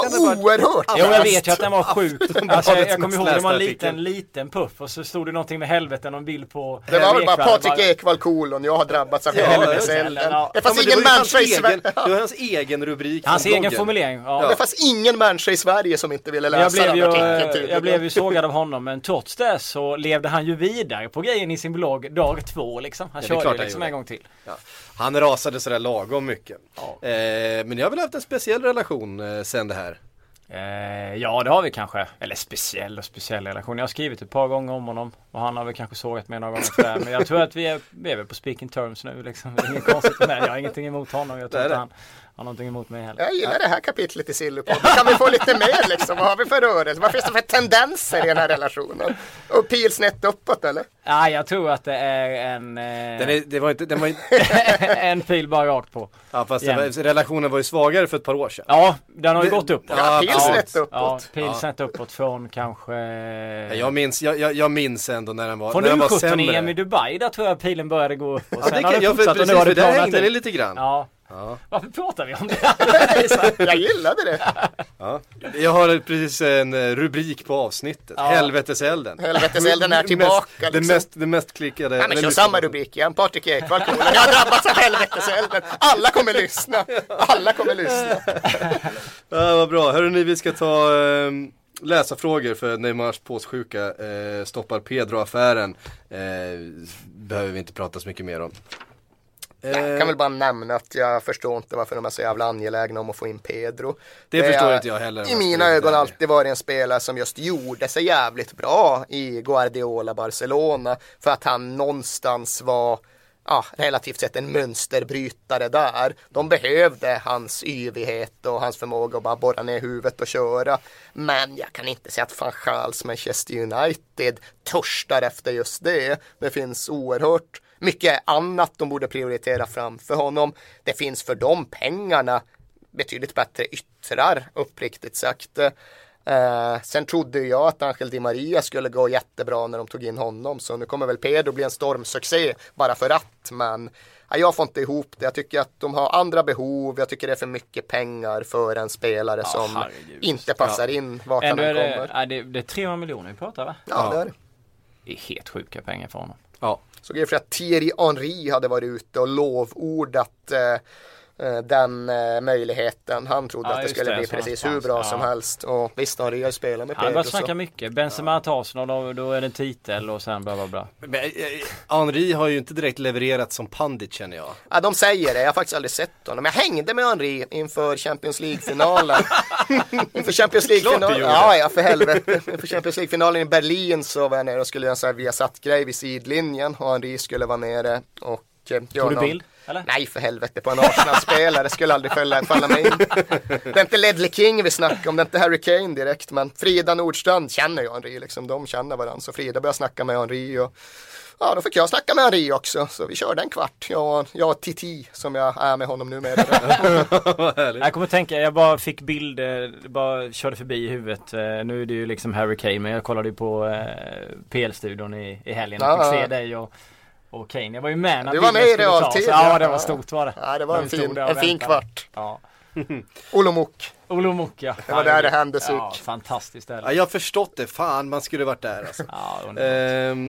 Speaker 7: oerhört.
Speaker 8: Jo, jag vet ju att den var sjukt. Alltså, jag, jag kommer ihåg det var en liten, liten puff och så stod det någonting med helvete, någon bild på...
Speaker 7: Det var väl bara Patrik Ekwall kolon, jag har drabbats av helveteselden. Ja, det fanns ja, ingen människa i Sverige.
Speaker 1: Det var hans egen rubrik.
Speaker 8: Hans egen bloggen. Formulering. Ja.
Speaker 7: Ja. Det fanns ingen människa i Sverige som inte ville läsa
Speaker 8: jag
Speaker 7: den
Speaker 8: ju,
Speaker 7: artikeln.
Speaker 8: Jag blev ju sågad av honom, men trots det så levde han ju vidare på grejen i sin blogg dag två liksom. Han ja, körde ju liksom en gång till.
Speaker 1: Ja. Han rasade sådär lagom mycket. Ja. Eh, men jag har väl haft en speciell relation eh, sen det här.
Speaker 8: Eh, ja, det har vi kanske. Eller speciell och speciell relation. Jag har skrivit ett par gånger om honom och han har väl kanske sågat mig några gånger för det. Men jag tror att vi är, vi är väl på speaking terms nu liksom. Det är inget konstigt med. Jag har ingenting emot honom. Jag tror inte han har någonting emot mig heller.
Speaker 7: Jag gillar det här kapitlet i Sillypodden. Kan vi få lite mer liksom? Vad har vi för rörelse? Vad finns det för tendenser i den här relationen? Och pil snett uppåt eller?
Speaker 8: Ja, jag tror att det är en... Eh...
Speaker 1: Den, är, det var inte, den var inte...
Speaker 8: en pil bara rakt på.
Speaker 1: Ja, fast var, relationen var ju svagare för ett par år sedan.
Speaker 8: Ja, den har ju det, gått uppåt.
Speaker 7: Ja, pil snett uppåt.
Speaker 8: Ja, pil snett ja. uppåt från kanske...
Speaker 1: Ja, jag, minns, jag, jag, jag minns ändå när den var,
Speaker 8: från
Speaker 1: när den var
Speaker 8: sämre. Från U sjutton-E M i Dubai, där tror jag pilen började gå upp. Och
Speaker 1: ja,
Speaker 8: sen
Speaker 1: det kan, jag för, precis, för där hängde det lite grann.
Speaker 8: Ja. Ja. Varför pratar vi om det?
Speaker 7: Jag gillade det.
Speaker 1: Ja. Jag har precis en rubrik på avsnittet. Ja. Helveteselden.
Speaker 7: Helveteselden är tillbaka.
Speaker 1: Det mest, liksom. mest, det mest klickade.
Speaker 7: Nej, men kör samma rubrik igen. Patrik Ekwall. Jag har drabbats av helveteselden. Alla kommer lyssna. Alla kommer lyssna.
Speaker 1: Ja, vad bra. Hörru ni, vi ska ta... Um... läsa frågor för Neymars påssjuka eh, stoppar Pedro-affären. Eh, behöver vi inte prata så mycket mer om.
Speaker 7: Eh, jag kan väl bara nämna att jag förstår inte varför de är så jävla angelägna om att få in Pedro.
Speaker 1: Det, det förstår är, inte jag heller.
Speaker 7: I mina ögon alltid varit en spelare som just gjorde sig jävligt bra i Guardiola Barcelona. För att han någonstans var... Ja, relativt sett en mönsterbrytare där. De behövde hans yvighet och hans förmåga att bara borra ner huvudet och köra. Men jag kan inte säga att Van Gaals Manchester United törstar efter just det. Det finns oerhört mycket annat de borde prioritera framför honom. Det finns för de pengarna betydligt bättre yttrar, uppriktigt sagt. Uh, sen trodde jag att Angel Di Maria skulle gå jättebra när de tog in honom, så nu kommer väl Pedro bli en stormsuccé bara för att, men uh, jag får inte ihop det. Jag tycker att de har andra behov, jag tycker det är för mycket pengar för en spelare ja, som herregud. inte passar ja. in vart han kommer.
Speaker 8: Det, är det, det är trehundra miljoner vi pratar va?
Speaker 7: Ja, ja, det är det.
Speaker 8: Det är helt sjuka pengar för honom.
Speaker 1: Ja.
Speaker 7: Så det är för att Thierry Henry hade varit ute och lovordat uh, den uh, möjligheten. Han trodde ja, att det skulle det, bli precis hur bra ja. som helst. Och visst har Real spelat med Pedro.
Speaker 8: Han bara snackar mycket. Benzema tar Arsenal, då, då är det titel och sen bla bla bla.
Speaker 1: Men, eh, Henry har ju inte direkt levererat som pandit, känner jag.
Speaker 7: Ja, de säger det. Jag har faktiskt aldrig sett honom. Jag hängde med Henry inför Champions League-finalen. inför Champions League-finalen. Ja, ja, för helvete. Inför Champions League-finalen i Berlin så var jag nere och skulle göra en sån här Viasat-grej vid sidlinjen. Och Henry skulle vara nere och
Speaker 8: Tog du någon... bild? Eller?
Speaker 7: Nej, för helvete, på en Arsenal-spelare skulle aldrig falla, falla mig in. Det är inte Ledley King vi snackar om, det är inte Harry Kane direkt, men Frida Nordstrand känner ju Henry, liksom, de känner varandra, så Frida började snacka med Henry och ja, då fick jag snacka med Henry också, så vi körde en kvart, jag, jag och Titi som jag är med honom nu med.
Speaker 8: Jag kommer tänka, jag bara fick bilder, bara körde förbi i huvudet, nu är det ju liksom Harry Kane, men jag kollade ju på eh, P L-studion i, i helgen och
Speaker 7: ja.
Speaker 8: fick se dig och och Kane, jag var ju med när
Speaker 7: du var med i realtid.
Speaker 8: Ja, det var stort var det.
Speaker 7: Ja, det var en fin, en fin kvart.
Speaker 8: Ja.
Speaker 7: Olomouc.
Speaker 8: Olomouc, ja.
Speaker 7: Det var där det hände sig.
Speaker 8: Ja, fantastiskt. Där.
Speaker 1: Ja, jag har förstått det. Fan, man skulle varit där alltså.
Speaker 8: Ja, um...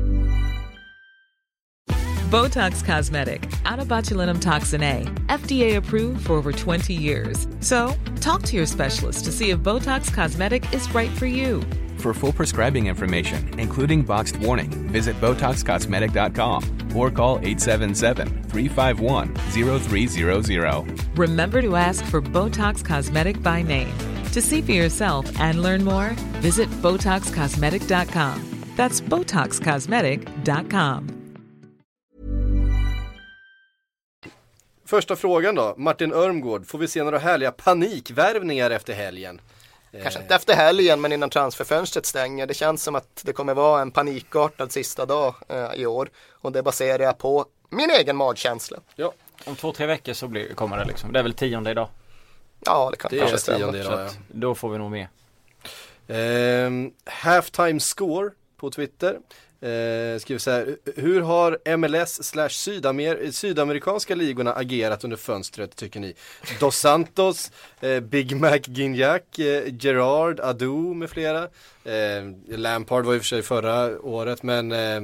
Speaker 10: Botox Cosmetic, out of botulinum toxin A, F D A approved for over twenty years. So, talk to your specialist to see if Botox Cosmetic is right for you.
Speaker 11: For full prescribing information, including boxed warning, visit Botox Cosmetic dot com or call eight seven seven, three five one, zero three zero zero.
Speaker 10: Remember to ask for Botox Cosmetic by name. To see for yourself and learn more, visit Botox Cosmetic dot com. That's Botox Cosmetic dot com.
Speaker 1: Första frågan då, Martin Örmgård, får vi se några härliga panikvärvningar efter helgen?
Speaker 7: Kanske inte efter helgen, men innan transferfönstret stänger. Det känns som att det kommer vara en panikartad sista dag eh, i år. Och det baserar jag på min egen magkänsla.
Speaker 8: Ja, om två, tre veckor så blir, kommer det liksom. Det är väl tionde idag?
Speaker 7: Ja, det kan
Speaker 1: det
Speaker 7: kanske stämma.
Speaker 1: Tionde idag, ja.
Speaker 8: Då får vi nog med.
Speaker 1: Eh, halftime score på Twitter. Eh, skriver så här, hur har M L S slash sydamer- sydamerikanska ligorna agerat under fönstret tycker ni? Dos Santos, eh, Big Mac Gignac, eh, Gerard, Adu med flera. Eh, Lampard var i och för sig förra året, men eh,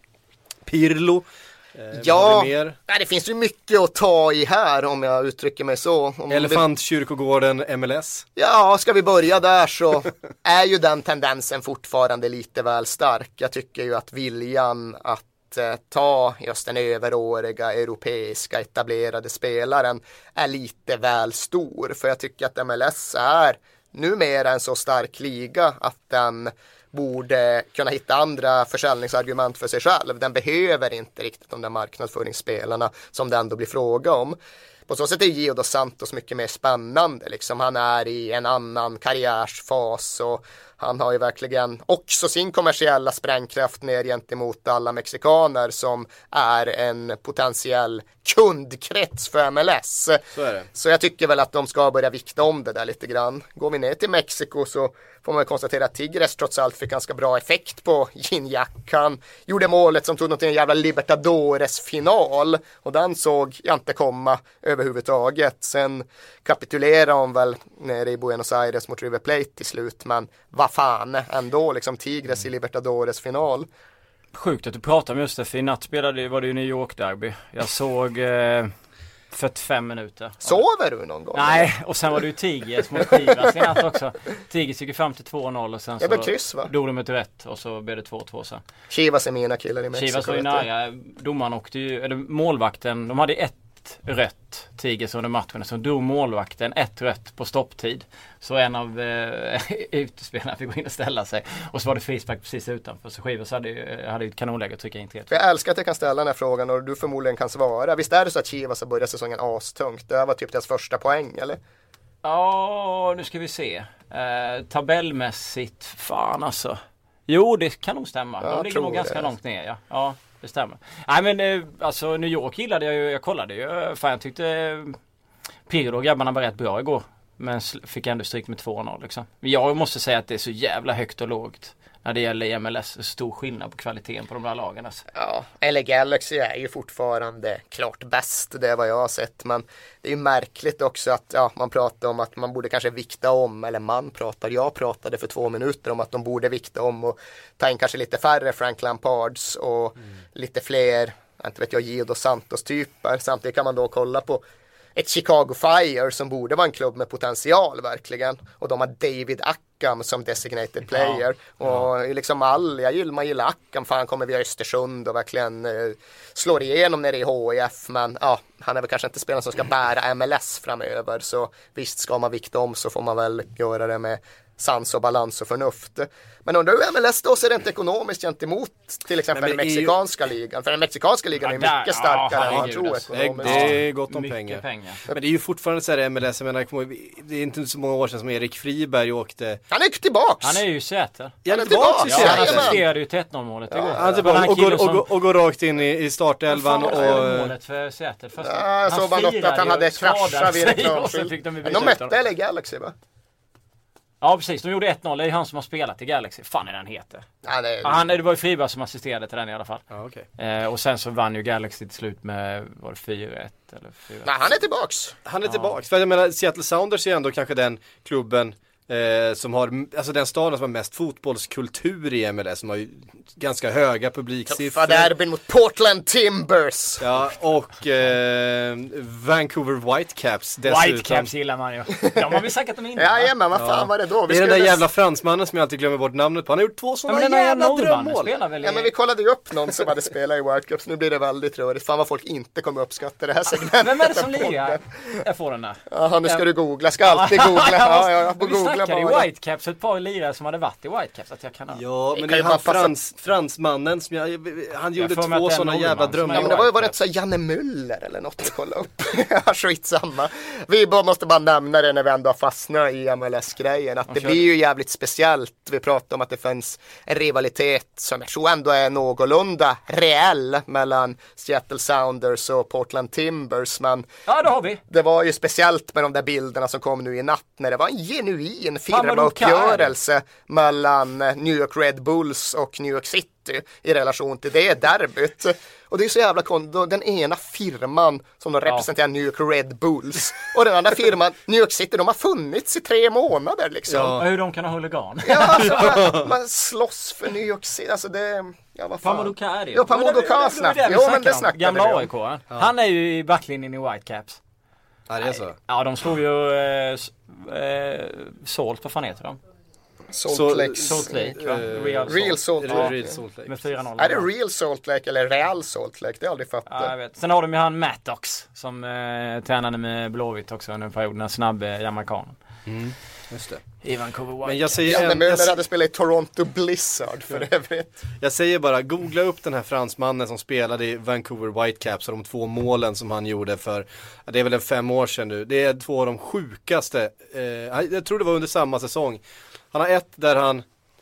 Speaker 1: Pirlo. Eh,
Speaker 7: ja,
Speaker 1: det,
Speaker 7: nej, det finns ju mycket att ta i här om jag uttrycker mig så. Om
Speaker 1: Elefantkyrkogården M L S.
Speaker 7: Ja, ska vi börja där så är ju den tendensen fortfarande lite väl stark. Jag tycker ju att viljan att eh, ta just den överåriga europeiska etablerade spelaren är lite väl stor. För jag tycker att M L S är numera en så stark liga att den borde kunna hitta andra försäljningsargument för sig själv. Den behöver inte riktigt de där marknadsföringsspelarna som det ändå blir fråga om. På så sätt är Gio dos Santos mycket mer spännande. Liksom. Han är i en annan karriärsfas och han har ju verkligen också sin kommersiella sprängkraft ner gentemot alla mexikaner som är en potentiell kundkrets för M L S.
Speaker 1: Så är det.
Speaker 7: Så jag tycker väl att de ska börja vikta om det där lite grann. Går vi ner till Mexiko så får man konstatera att Tigres trots allt fick ganska bra effekt på Gignac. Han gjorde målet som tog något till en jävla Libertadores-final och den såg jag inte komma överhuvudtaget. Sen kapitulerade de väl nere i Buenos Aires mot River Plate till slut, men vad fan ändå liksom Tigres i Libertadores-final.
Speaker 8: Sjukt att du pratar om just det, för i natt spelade, var det ju New York Derby. Jag såg eh, fyrtiofem minuter.
Speaker 7: Sover du någon gång?
Speaker 8: Nej, och sen var det ju Tigres mot Chivas i natt också. Tigres gick fram till två noll och sen så
Speaker 7: kryss, va?
Speaker 8: dog de ett rätt och så blev det två två sen.
Speaker 7: Chivas är mina killar i Mexiko.
Speaker 8: Chivas var ju nära, domaren åkte ju, eller målvakten, de hade ett rött Tigres under matchen, så drog målvakten ett rött på stopptid. Så en av eh, utespelarna fick gå in och ställa sig. Och så var det frispark precis utanför. Så Chivas hade ju, hade ju ett kanonläge att trycka in till.
Speaker 7: Jag älskar att jag kan ställa den här frågan och du förmodligen kan svara. Visst är det så att Chivas har börjat säsongen astungt? Det var typ deras första poäng, eller?
Speaker 8: Ja, nu ska vi se. Eh, tabellmässigt, fan alltså. Jo, det kan nog stämma.
Speaker 7: Ja,
Speaker 8: de ligger nog ganska det. långt ner, ja. Ja, det stämmer. Nej, men eh, alltså New York gillade jag ju. Jag kollade ju. Fan, jag tyckte eh, Pirlo och grabbarna var rätt bra igår. Men fick ändå stryk med två noll liksom. Men jag måste säga att det är så jävla högt och lågt när det gäller M L S. Stor skillnad på kvaliteten på de där lagen. Alltså.
Speaker 7: Ja, L A Galaxy är ju fortfarande klart bäst. Det är vad jag har sett. Men det är ju märkligt också att ja, man pratar om att man borde kanske vikta om. Eller man pratar, jag pratade för två minuter om att de borde vikta om och ta in kanske lite färre Frank Lampards och mm. lite fler, inte vet jag, Gio dos Santos typer. Samtidigt kan man då kolla på ett Chicago Fire som borde vara en klubb med potential verkligen. Och de har David Ackham som designated player. Ja. Och liksom all, jag gillar, man gillar Ackham för han kommer via Östersund och verkligen eh, slår igenom nere i H I F. Men ja, han är väl kanske inte spelaren som ska bära M L S framöver. Så visst, ska man vikta om så får man väl göra det med sans och balans och förnuft. Men undrar hur M L S då ser rent ekonomiskt gentemot till exempel Nej, den mexikanska ju... ligan. För den mexikanska ligan ja, är där, mycket starkare ja, än man tror
Speaker 1: alltså. ekonomiskt. Det är gott om pengar. pengar. Men det är ju fortfarande så här M L S. Jag menar, det är inte så många år sedan som Erik Friberg åkte.
Speaker 7: Han är tillbaks!
Speaker 8: Han är ju i Säter.
Speaker 7: Han är tillbaks!
Speaker 8: Ja, han assisterade ju till ett noll målet igår.
Speaker 1: Han är tillbaka och, går, och, och går rakt in i, i startelvan. Och,
Speaker 8: och målet för Säter.
Speaker 7: Ja, jag såg bara något att han hade kraschat vid reklamskylt. De mötte L A Galaxy, va?
Speaker 8: Ja, precis. De gjorde ett noll. Det är han som har spelat i Galaxy. Fan är den heter.
Speaker 7: Ja, det, är...
Speaker 8: han, det var ju Friberg som assisterade till den i alla fall.
Speaker 1: Ja, okay.
Speaker 8: eh, och sen så vann ju Galaxy till slut med, var det fyra ett eller fyra ett?
Speaker 7: Nej, han är tillbaks.
Speaker 1: Han är ja. tillbaks. För jag menar, Seattle Sounders är ändå kanske den klubben Eh, som har, alltså den staden som har mest fotbollskultur i M L S, som har ju ganska höga publiksiffror.
Speaker 7: Derbyn mot Portland Timbers.
Speaker 1: Ja, och eh, Vancouver Whitecaps dessutom.
Speaker 8: Whitecaps gillar man ju. De har vi sagt om innan.
Speaker 7: Ja, ja, men vad fan ja. var det då?
Speaker 1: Vi det är den där dess... jävla fransmannen som jag alltid glömmer bort namnet på. Han har gjort två sådana ja, jävla drömmål.
Speaker 7: I... Ja, men vi kollade ju upp någon som hade spelat i Whitecaps. Nu blir det väldigt rörigt. Fan vad folk inte kommer uppskatta det här segmentet.
Speaker 8: Vem är det som lirar? Jag får den där.
Speaker 7: Jaha, nu ska du googla. Ska alltid googla. Ja, ja, jag får googla.
Speaker 8: Vi snackade i Whitecaps, ett par lirare som hade varit i Whitecaps att jag kan ha.
Speaker 1: Ja, men det är han frans, fransmannen som jag, han gjorde jag två sådana jävla drömmar.
Speaker 7: Ja, men det var ju bara ett så Janne Müller eller något att kolla upp. Ja, skitsamma. Vi bara måste bara nämna det när vi ändå har fastnat i M L S-grejen. Att det blir ju jävligt speciellt. Vi pratar om att det finns en rivalitet som jag tror ändå är någorlunda reell mellan Seattle Sounders och Portland Timbers. Men
Speaker 8: ja, det har vi.
Speaker 7: Det var ju speciellt med de där bilderna som kom nu i natt när det var en genuin fin firmauppgörelse mellan New York Red Bulls och New York City i relation till det derbyt. Och det är så jävla konstigt, den ena firman som de representerar, ja. New York Red Bulls, och den andra firman New York City, de har funnits i tre månader liksom.
Speaker 8: Ja. Hur de kan ha huligan.
Speaker 7: Ja, alltså, man, man slåss för New York City, alltså det, ja vad fan.
Speaker 8: Pamodoka är det ju.
Speaker 7: Ja, Pamodoka snackar. Jo, men det snackade
Speaker 8: gamla A I K. Ja. Han är ju i backlinjen i Whitecaps.
Speaker 1: Ja, det är så.
Speaker 8: Ja, de slog ju eh, eh, Salt, vad fan heter de?
Speaker 7: Salt Lake.
Speaker 8: Salt Lake, va?
Speaker 7: Uh, Real, Real Salt Lake.
Speaker 8: Ja,
Speaker 1: Real Salt Lake.
Speaker 8: Med fyra noll.
Speaker 7: Är det Real Salt Lake eller Real Salt Lake? Det har jag aldrig fattat.
Speaker 8: Ja, jag vet. Sen har de ju han Mattox som eh, tränade med Blåvitt också under en period, den snabbe jamaikanen.
Speaker 1: Mm. Just det.
Speaker 8: I Vancouver White.
Speaker 1: Men jag säger
Speaker 7: Janne
Speaker 1: en,
Speaker 7: Möller
Speaker 1: jag,
Speaker 7: hade spelat i Toronto Blizzard för övrigt.
Speaker 1: Jag säger bara, googla upp den här fransmannen som spelade i Vancouver Whitecaps och de två målen som han gjorde för, det är väl en fem år sedan nu. Det är två av de sjukaste, eh, jag tror det var under samma säsong. Han har ett där han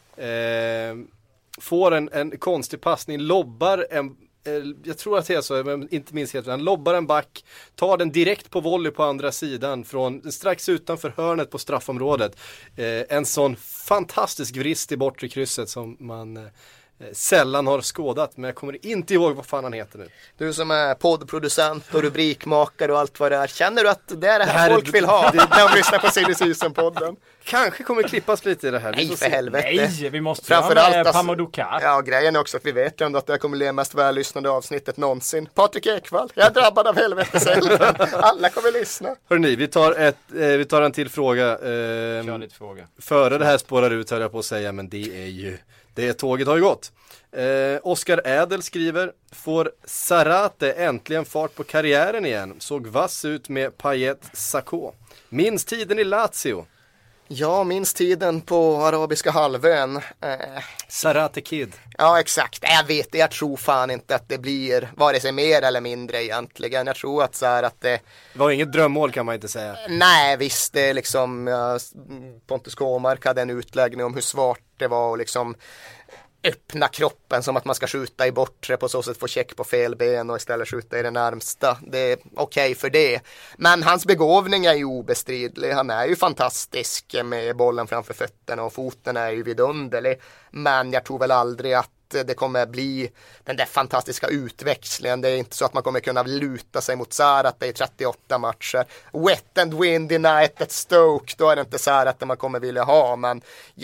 Speaker 1: eh, får en, en konstig passning, lobbar en, jag tror att det är så, men inte minst helt. Han lobbar en back, tar den direkt på volley på andra sidan från strax utanför hörnet på straffområdet. Eh, en sån fantastisk vrist i bortre krysset som man eh, sällan har skådat, men jag kommer inte ihåg vad fan han heter nu.
Speaker 7: Du som är poddproducent och rubrikmakare och allt vad det är, känner du att det är det här, det här folk vill ha det, när de lyssnar på Silly Season-podden?
Speaker 1: Kanske kommer klippas lite i det här.
Speaker 7: Nej, för helvete.
Speaker 8: Nej, vi måste
Speaker 7: framförallt
Speaker 8: med Pamodoka.
Speaker 7: Ja, grejen är också att vi vet ändå att det kommer bli det mest vällyssnade avsnittet någonsin. Patrik Ekvall, jag är drabbad av helveteselden. Alla kommer lyssna.
Speaker 1: Hörrni, vi tar, ett, eh, vi tar en till fråga. Eh,
Speaker 8: Kör lite fråga.
Speaker 1: Före det här spårar ut, höll jag på att säga, men det är ju, det tåget har ju gått. Eh, Oskar Ädel skriver: får Zarate äntligen fart på karriären igen? Såg vass ut med Payet Sakho. Minns tiden i Lazio?
Speaker 7: Ja, minns tiden på arabiska halvön. Eh.
Speaker 1: Zarate Kid.
Speaker 7: Ja, exakt. Jag vet det. Jag tror fan inte att det blir vare sig mer eller mindre egentligen. Jag tror att så här att det...
Speaker 1: Det var inget drömmål kan man inte säga.
Speaker 7: Nej, visst. Det är liksom... Ja, Pontus Kåmark hade en utläggning om hur svårt det var och liksom... öppna kroppen som att man ska skjuta i bortre, på så sätt få check på fel ben och istället skjuta i det närmsta. Det är okej okay för det. Men hans begåvning är ju obestridlig. Han är ju fantastisk med bollen framför fötterna och foten är ju vidunderlig. Men jag tror väl aldrig att det kommer bli den där fantastiska utväxlingen. Det är inte så att man kommer kunna luta sig mot Zarate i trettioåtta matcher. Wet and windy night at Stoke, då är det inte Zarate man kommer vilja ha, men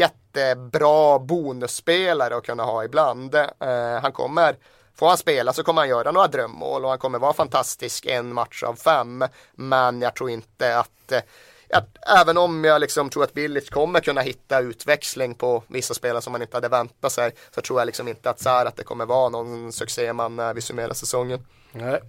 Speaker 7: jättebra bonusspelare att kunna ha ibland. Uh, han kommer, får han spela så kommer han göra några drömmål och han kommer vara fantastisk en match av fem, men jag tror inte att Att, även om jag liksom tror att Bilic kommer kunna hitta utväxling på vissa spelare som man inte hade väntat sig, så tror jag liksom inte att Zarate att det kommer vara någon succéman när vi summerar säsongen.
Speaker 1: Nej.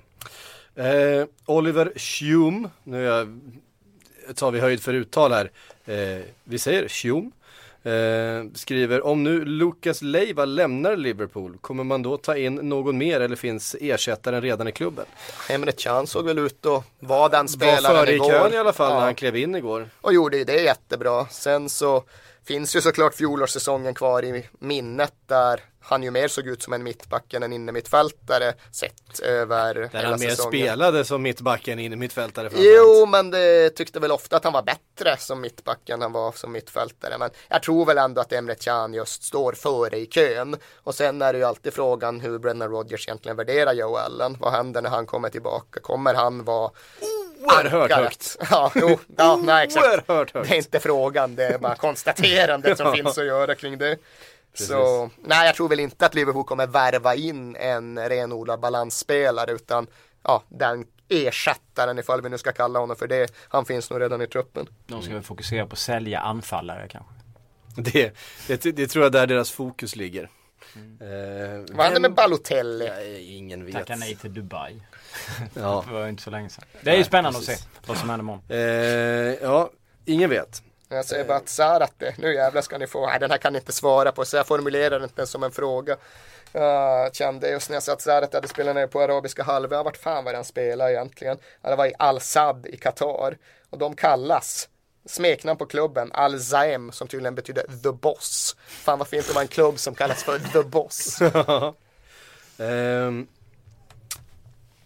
Speaker 1: Eh, Oliver Schum, nu jag, tar vi höjd för uttal här. Eh, vi säger Schum. Eh, skriver: om nu Lucas Leiva lämnar Liverpool, kommer man då ta in någon mer eller finns ersättaren redan i klubben?
Speaker 7: Emre Can såg väl ut och var den spelaren
Speaker 1: var före
Speaker 7: igår.
Speaker 1: i kön i alla fall,
Speaker 7: ja.
Speaker 1: När han klev in igår.
Speaker 7: Och gjorde ju det jättebra. Sen så finns ju såklart fjolårssäsongen kvar i minnet där han ju mer såg ut som en mittback än en innermittfältare sett över
Speaker 1: där
Speaker 7: hela
Speaker 1: han mer
Speaker 7: säsongen.
Speaker 1: Spelade som mittback än innermittfältare.
Speaker 7: Jo, men det tyckte väl ofta att han var bättre som mittback än han var som mittfältare. Men jag tror väl ändå att Emre Can just står före i kön. Och sen är det ju alltid frågan hur Brendan Rodgers egentligen värderar Joe Allen. Vad händer när han kommer tillbaka? Kommer han vara
Speaker 1: oerhört högt?
Speaker 7: Ja, jo, ja, nej, exakt.
Speaker 1: Oerhört högt.
Speaker 7: Det är inte frågan, det är bara konstaterandet som finns att göra kring det. Precis. Så nej, jag tror väl inte att Liverpool kommer värva in en renodlad balansspelare, utan ja, den ersättaren, ifall vi nu ska kalla honom för det, han finns nog redan i truppen.
Speaker 8: De ska väl fokusera på att sälja anfallare kanske.
Speaker 1: Det, det, det tror jag där deras fokus ligger.
Speaker 7: Mm. Eh, Vad hände med Balotelli?
Speaker 1: Ja, ingen vet.
Speaker 8: Tacka nej till Dubai.
Speaker 1: Ja.
Speaker 8: Det var inte så länge sedan. Det är ju spännande precis. Att se vad som händer imorgon.
Speaker 1: Eh, ja, ingen vet.
Speaker 7: Jag säger bara att Zarate, nu jävlar ska ni få, nej den här kan ni inte svara på, så jag formulerar inte som en fråga. Jag kände just när jag sa att Zarate hade spelat ner på arabiska halvön, vart fan var han spelade egentligen? Ja, det var i Al-Sadd i Qatar, och de kallas, smeknamn på klubben, Al-Zaem, som tydligen betyder The Boss. Fan vad fint att vara en klubb som kallas för The Boss.
Speaker 1: um,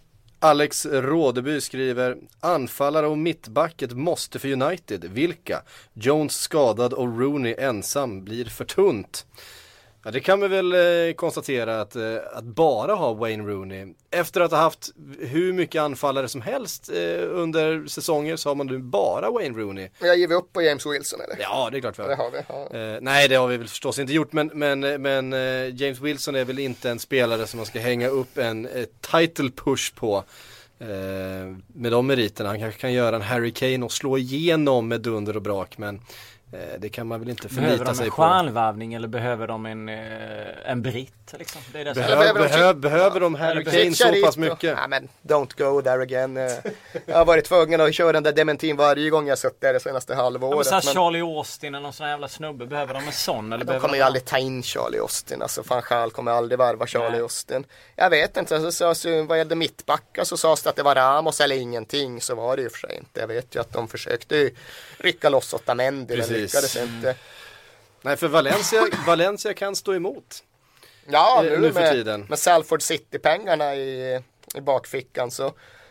Speaker 1: Alex Rådeby skriver: anfallare och mittbacket måste för United. Vilka? Jones skadad och Rooney ensam blir för tunt. Ja, det kan vi väl eh, konstatera att, eh, att bara ha Wayne Rooney. Efter att ha haft hur mycket anfallare som helst eh, under säsonger så har man nu bara Wayne Rooney.
Speaker 7: Jag ger vi upp på James Wilson eller?
Speaker 1: Ja, det är klart vi har.
Speaker 7: Det har vi, ja.
Speaker 1: eh, nej, det har vi väl förstås inte gjort, men, men, men eh, James Wilson är väl inte en spelare som man ska hänga upp en eh, title push på. Eh, med de meriterna. Han kanske kan göra en Harry Kane och slå igenom med dunder och brak, men det kan man väl inte förlita sig på.
Speaker 8: Behöver de en stjärnvarvning eller behöver de en, en britt? Liksom? Det är det
Speaker 1: Behöv, behöver, de, behöv, behöver de Harry Kane så pass mycket?
Speaker 7: Ja, men don't go there again. Jag har varit tvungen att köra den där dementin varje gång jag suttit där det senaste halvåret.
Speaker 8: Ja, men så men... Charlie Austin eller någon sån jävla snubbe, behöver de en sån? Eller
Speaker 7: de kommer ju aldrig ta in Charlie Austin. Alltså fan själv kommer aldrig varva Charlie Nej. Austin. Jag vet inte, så, så, så, vad gällde mittbacka så sades det att det var Ramos eller ingenting. Så var det ju för sig inte. Jag vet ju att de försökte rycka loss Otamendi. Lyckades inte.
Speaker 1: Nej, för Valencia, Valencia kan stå emot.
Speaker 7: Ja, nu, nu för med, tiden. Med Salford City-pengarna i, i bakfickan så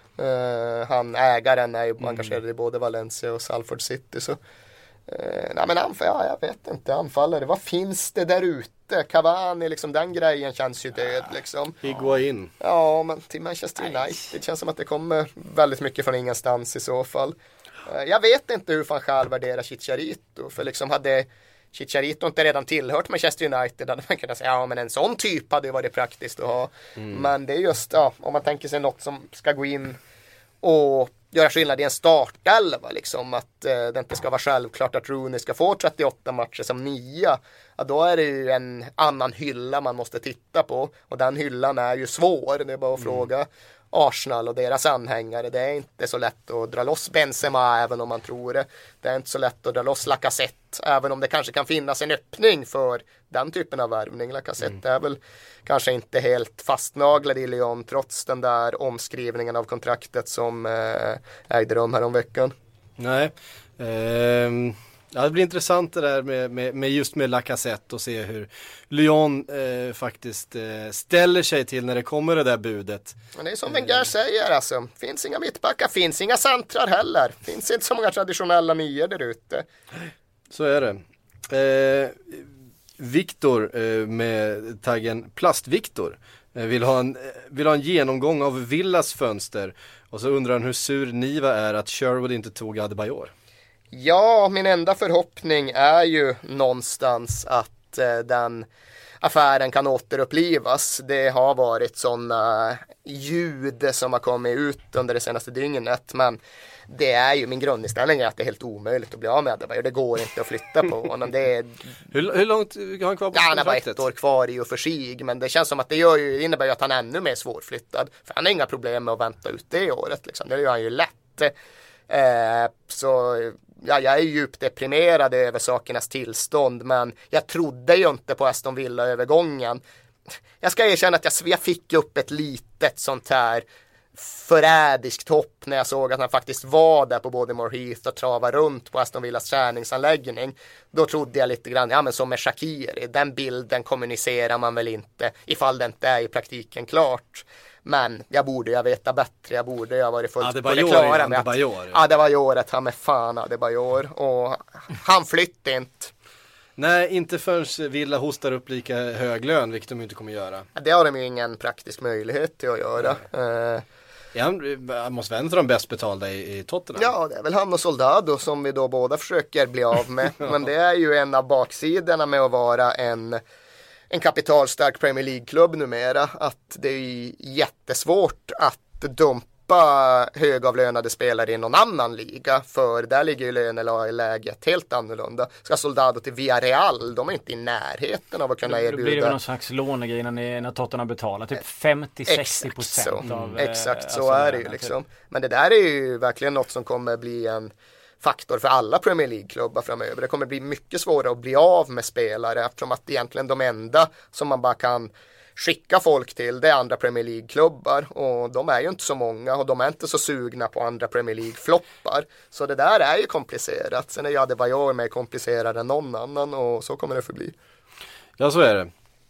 Speaker 7: uh, han ägaren är ju mm. engagerad i både Valencia och Salford City så uh, nej men anfall, ja, jag vet inte, anfallare, vad finns det där ute? Cavani, liksom den grejen känns ju död liksom.
Speaker 1: Higuain.
Speaker 7: Ja, men till Manchester United det känns som att det kommer väldigt mycket från ingenstans i så fall. Jag vet inte hur fan själv värderar Chicharito. För liksom hade Chicharito inte redan tillhört Manchester United hade man kunnat säga ja men en sån typ hade ju varit praktiskt att ha. Mm. Men det är just ja, om man tänker sig något som ska gå in och göra skillnad i en startelva liksom att eh, det inte ska vara självklart att Rooney ska få trettioåtta matcher som nia. Ja, då är det ju en annan hylla man måste titta på och den hyllan är ju svår. Det är bara att mm. fråga Arsenal och deras anhängare. Det är inte så lätt att dra loss Benzema även om man tror det. Det är inte så lätt att dra loss Lacazette även om det kanske kan finnas en öppning för den typen av värvning. Lacazette mm. är väl kanske inte helt fastnaglad i Lyon trots den där omskrivningen av kontraktet som eh, ägde rum här om veckan.
Speaker 1: Nej. Ehm... Ja, det blir intressant det där med, med, med just med Lacazette och se hur Lyon eh, faktiskt eh, ställer sig till när det kommer det där budet.
Speaker 7: Men det är som Wenger säger alltså, finns inga mittbackar, finns inga centrar heller. Finns inte så många traditionella nior där ute.
Speaker 1: Så är det. Eh, Viktor eh, med taggen Plast-Viktor eh, vill, ha en, vill ha en genomgång av Villas fönster och så undrar han hur sur Niva är att Sherwood inte tog Adebayor.
Speaker 7: Ja, min enda förhoppning är ju någonstans att eh, den affären kan återupplivas. Det har varit sådana ljud som har kommit ut under det senaste dygnet, men det är ju min grundinställning är att det är helt omöjligt att bli av med det. Det går inte att flytta på honom. Det är...
Speaker 1: hur, hur långt har han kvar på
Speaker 7: ja, han har bara ett år kvar i och för sig, men det känns som att det, gör ju, det innebär ju att han är ännu mer svårflyttad. För han har inga problem med att vänta ut det året. Liksom. Det gör han ju lätt. Eh, så... Ja, jag är djupt deprimerad över sakernas tillstånd, men jag trodde ju inte på Aston Villa-övergången. Jag ska erkänna att jag, jag fick upp ett litet sånt här förrädiskt hopp när jag såg att han faktiskt var där på Bodymore Heath och travade runt på Aston Villas träningsanläggning. Då trodde jag lite grann, ja men som med Shaqiri, den bilden kommunicerar man väl inte ifall det inte är i praktiken klart. Men jag borde jag veta bättre, jag borde jag varit fullt på det klara med att ja, det var ju året, han med fan det var ju år och han flyttade inte.
Speaker 1: Nej, inte förrän Villa hostar upp lika hög lön, vilket de inte kommer göra.
Speaker 7: Det har de ju ingen praktisk möjlighet till att göra.
Speaker 1: Ja. Ja, han måste vara en av de bäst betalda i, i Tottenham.
Speaker 7: Ja, det är väl han och Soldado som vi då båda försöker bli av med. Men det är ju en av baksidorna med att vara en en kapitalstark Premier League-klubb numera, att det är jättesvårt att dumpa högavlönade spelare i någon annan liga, för där ligger ju löneläget helt annorlunda. Ska Soldado till Villarreal, de är inte i närheten av att kunna erbjuda.
Speaker 8: Då blir det väl någon slags lånegrej när, när Tottenham betalar typ femtio till sextio procent av...
Speaker 7: Mm, exakt så alltså, är det ju liksom. Men det där är ju verkligen något som kommer bli en faktor för alla Premier League-klubbar framöver. Det kommer bli mycket svårare att bli av med spelare eftersom att egentligen de enda som man bara kan skicka folk till det är andra Premier League-klubbar och de är ju inte så många och de är inte så sugna på andra Premier League-floppar. Så det där är ju komplicerat. Sen är ju Adebayor mer komplicerad än någon annan och så kommer det förbli.
Speaker 1: Ja, så är det.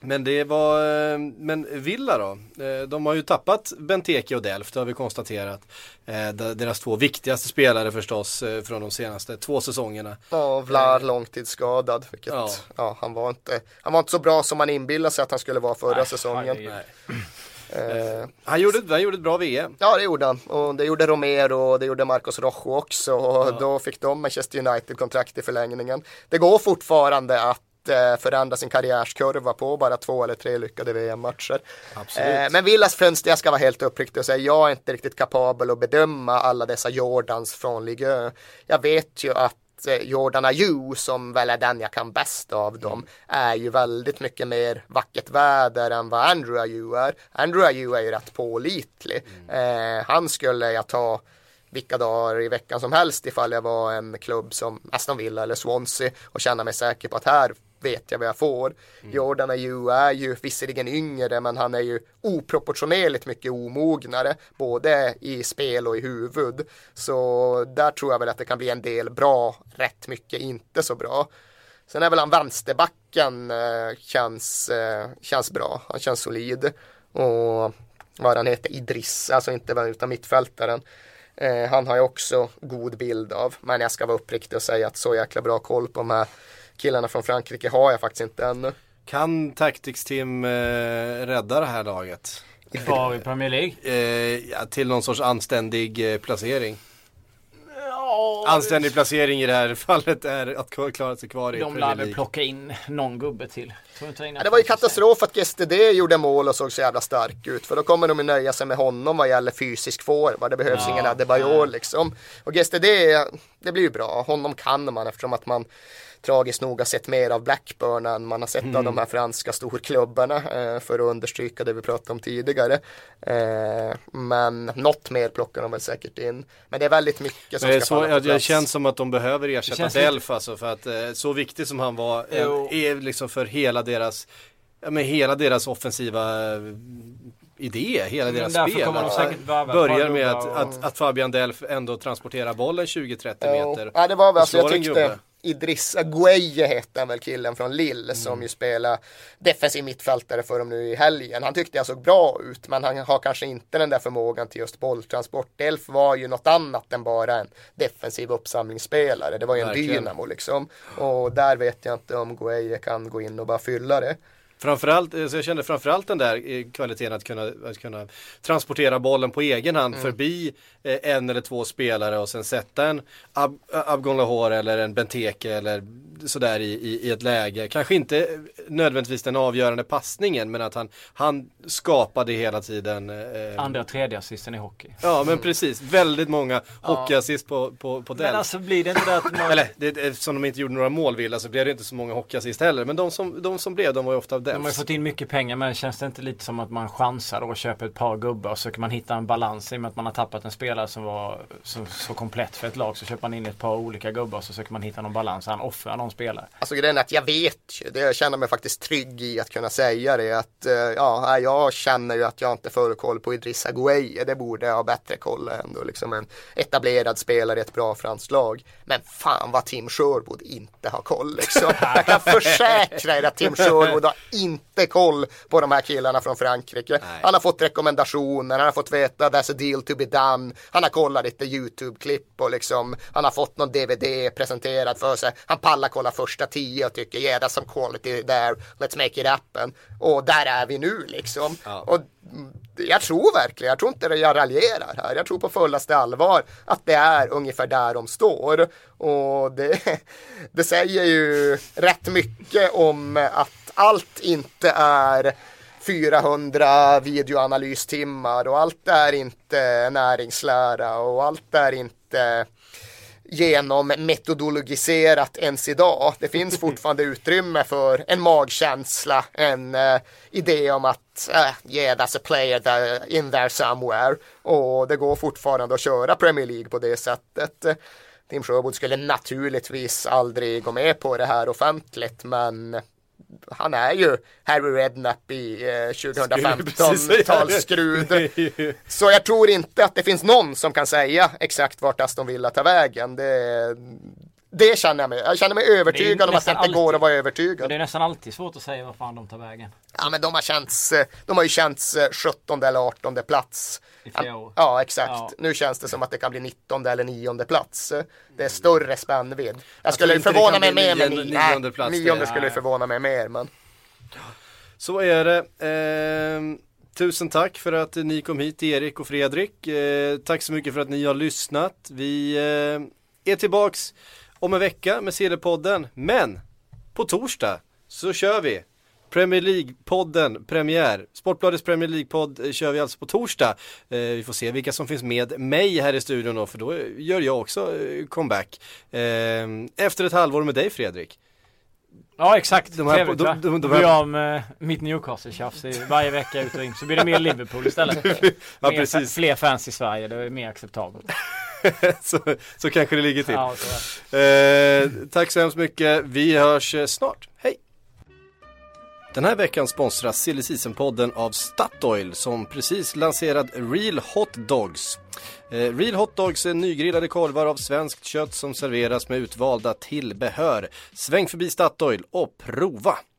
Speaker 1: Men det var, men Villa då, de har ju tappat Benteke och Delft, det har vi konstaterat. Deras två viktigaste spelare förstås från de senaste två säsongerna.
Speaker 7: Ja, Vlad långtidsskadad, vilket, ja. Ja, han, var inte, han var inte så bra som man inbillade sig att han skulle vara förra nej, säsongen. Nej.
Speaker 1: Uh, han, gjorde, han gjorde ett bra V M.
Speaker 7: Ja, det gjorde han. Och det gjorde Romero och det gjorde Marcos Rojo också. Och ja. Då fick de Manchester United-kontrakt i förlängningen. Det går fortfarande att förändra sin karriärskurva på bara två eller tre lyckade V M-matcher. Eh, men Villas fönster, jag ska vara helt uppriktig och säga, jag är inte riktigt kapabel att bedöma alla dessa Jordans från Ligue. Jag vet ju att Jordan Ayew, som väl är den jag kan bäst av dem, mm. är ju väldigt mycket mer vackert väder än vad Andrew Ayew är. Andrew Ayew är ju rätt pålitlig. Mm. Eh, han skulle jag ta vilka dagar i veckan som helst ifall jag var en klubb som Aston Villa eller Swansea och känna mig säker på att här vet jag vad jag får. Mm. Jordan Ayew är ju visserligen yngre, men han är ju oproportionerligt mycket omognare både i spel och i huvud. Så där tror jag väl att det kan bli en del bra, rätt mycket inte så bra. Sen är väl han vänsterbacken eh, känns, eh, känns bra. Han känns solid. Och vad han heter, Idris, alltså inte utan mittfältaren. Eh, han har ju också god bild av. Men jag ska vara uppriktig och säga att så jäkla bra koll på de här killarna från Frankrike har jag faktiskt inte ännu.
Speaker 1: Kan Tactics Team eh, rädda det här laget?
Speaker 8: Var i Premier League?
Speaker 1: Eh, ja, till någon sorts anständig eh, placering. Ja, anständig placering i det här fallet är att klara sig kvar i
Speaker 8: de
Speaker 1: Premier League.
Speaker 8: De lär plocka in någon gubbe till.
Speaker 7: Ja, det var ju katastrof att G S T D gjorde mål och såg så jävla stark ut. För då kommer de att nöja sig med honom vad gäller fysisk forward. Det behövs ja, ingen Adebayor liksom. Och G S T D, det blir ju bra. Honom kan man eftersom att man tragiskt nog har sett mer av Blackburn än man har sett mm. av de här franska storklubbarna, eh, för att understryka det vi pratade om tidigare. Eh, men något mer plockar de väl säkert in. Men det är väldigt mycket som
Speaker 1: det
Speaker 7: ska
Speaker 1: så,
Speaker 7: falla på plats.
Speaker 1: Det känns som att de behöver ersätta Delf alltså, för att eh, så viktig som han var eh, är liksom för hela deras, ja, med hela deras offensiva eh, idé, hela deras spel. De börjar med att, och... att, att Fabian Delf ändå transporterar bollen tjugo till trettio meter.
Speaker 7: Ja, det var väl, alltså, jag tyckte Idrissa Gueye heter väl killen från Lille mm. som ju spelar defensiv mittfältare för dem nu i helgen. Han tyckte jag såg bra ut, men han har kanske inte den där förmågan till just bolltransport. Delf var ju något annat än bara en defensiv uppsamlingsspelare. Det var ju en Verkligen. dynamo liksom. Och där vet jag inte om Gueye kan gå in och bara fylla det.
Speaker 1: Framförallt, så jag kände framförallt den där kvaliteten att kunna, att kunna transportera bollen på egen hand mm. förbi eh, en eller två spelare och sen sätta en Ab- Abgon Lahore eller en Benteke eller sådär i, i, i ett läge. Kanske inte nödvändigtvis den avgörande passningen, men att han, han skapade hela tiden. Eh,
Speaker 8: Andra och tredje assisten i hockey.
Speaker 1: Ja, men mm. precis. Väldigt många hockeyassist på, på, på den.
Speaker 8: Men alltså blir det inte det att man...
Speaker 1: Eller, det, eftersom de inte gjorde några mål Villa så blev det inte så många hockeyassist heller. Men de som, de som blev, de var ju ofta av
Speaker 8: de har ju fått in mycket pengar, men känns det inte lite som att man chansar och köper ett par gubbar och så kan man hitta en balans i och med att man har tappat en spelare som var så, så komplett för ett lag, så köper man in ett par olika gubbar och så försöker man hitta någon balans. Han offrar någon spelare.
Speaker 7: Alltså grejen är att jag vet ju, det jag känner mig faktiskt trygg i att kunna säga det, att ja, jag känner ju att jag inte får koll på Idrissa Gueye. Det borde jag ha bättre koll ändå, liksom en etablerad spelare i ett bra franskt lag. Men fan vad Tim Sherwood inte har koll liksom. Jag kan försäkra er att Tim Sherwood har inte koll på de här killarna från Frankrike. Nej. Han har fått rekommendationer, han har fått veta there's a deal to be done. Han har kollat lite YouTube-klipp och liksom, han har fått någon D V D presenterad för sig. Han pallar kolla första tio och tycker yeah, that's some quality there, let's make it happen. Och där är vi nu liksom. Ja. Och jag tror verkligen, jag tror inte det jag raljerar här. Jag tror på fullaste allvar att det är ungefär där de står. Och det, det säger ju rätt mycket om att allt inte är fyrahundra videoanalystimmar och allt är inte näringslära och allt är inte genom metodologiserat ens idag. Det finns fortfarande utrymme för en magkänsla, en uh, idé om att uh, yeah, that's a player that, in there somewhere. Och det går fortfarande att köra Premier League på det sättet. Tim Sherwood skulle naturligtvis aldrig gå med på det här offentligt, men han är ju Harry Redknapp i eh, tjugohundrafemton-talsskrud. Så jag tror inte att det finns någon som kan säga exakt vart Aston Villa tar vägen. Det, Det känner jag mig. Jag känner mig övertygad om att det inte
Speaker 8: alltid,
Speaker 7: går att vara övertygad.
Speaker 8: Det är nästan alltid svårt att säga vad fan de tar vägen.
Speaker 7: Ja, men de har känts, de har ju känts sjuttonde eller artonde plats.
Speaker 8: I flera år.
Speaker 7: Ja, exakt.
Speaker 8: Ja.
Speaker 7: Nu känns det som att det kan bli nittonde eller nionde plats. Det är större spännvidd. Jag, jag skulle
Speaker 1: inte
Speaker 7: förvåna mig
Speaker 1: bli
Speaker 7: mer med
Speaker 1: nionde,
Speaker 7: nionde,
Speaker 1: nionde plats.
Speaker 7: nionde skulle ja. förvåna mig mer, men...
Speaker 1: Så är det. Eh, tusen tack för att ni kom hit, Erik och Fredrik. Eh, tack så mycket för att ni har lyssnat. Vi eh, är tillbaks om en vecka med C D-podden. Men på torsdag så kör vi Premier League-podden, premiär. Sportbladets Premier League-podd kör vi alltså på torsdag. Eh, vi får se vilka som finns med mig här i studion då, för då gör jag också eh, comeback. Eh, efter ett halvår med dig, Fredrik.
Speaker 8: Ja, exakt.
Speaker 1: De här,
Speaker 8: Trevligt,
Speaker 1: de, de, de, de
Speaker 8: här...
Speaker 1: här...
Speaker 8: Vi har med mitt Newcastle-tjafs varje vecka ut och in. Så blir det mer Liverpool istället.
Speaker 1: Ja,
Speaker 8: mer,
Speaker 1: precis.
Speaker 8: Fler fans i Sverige, det är mer acceptabelt.
Speaker 1: så, så kanske det ligger till.
Speaker 8: Ja, så är.
Speaker 1: Eh, tack så hemskt mycket. Vi hörs snart. Hej! Den här veckan sponsras Silly Season-podden av Statoil som precis lanserat Real Hot Dogs. Eh, Real Hot Dogs är nygrillade korvar av svenskt kött som serveras med utvalda tillbehör. Sväng förbi Statoil och prova!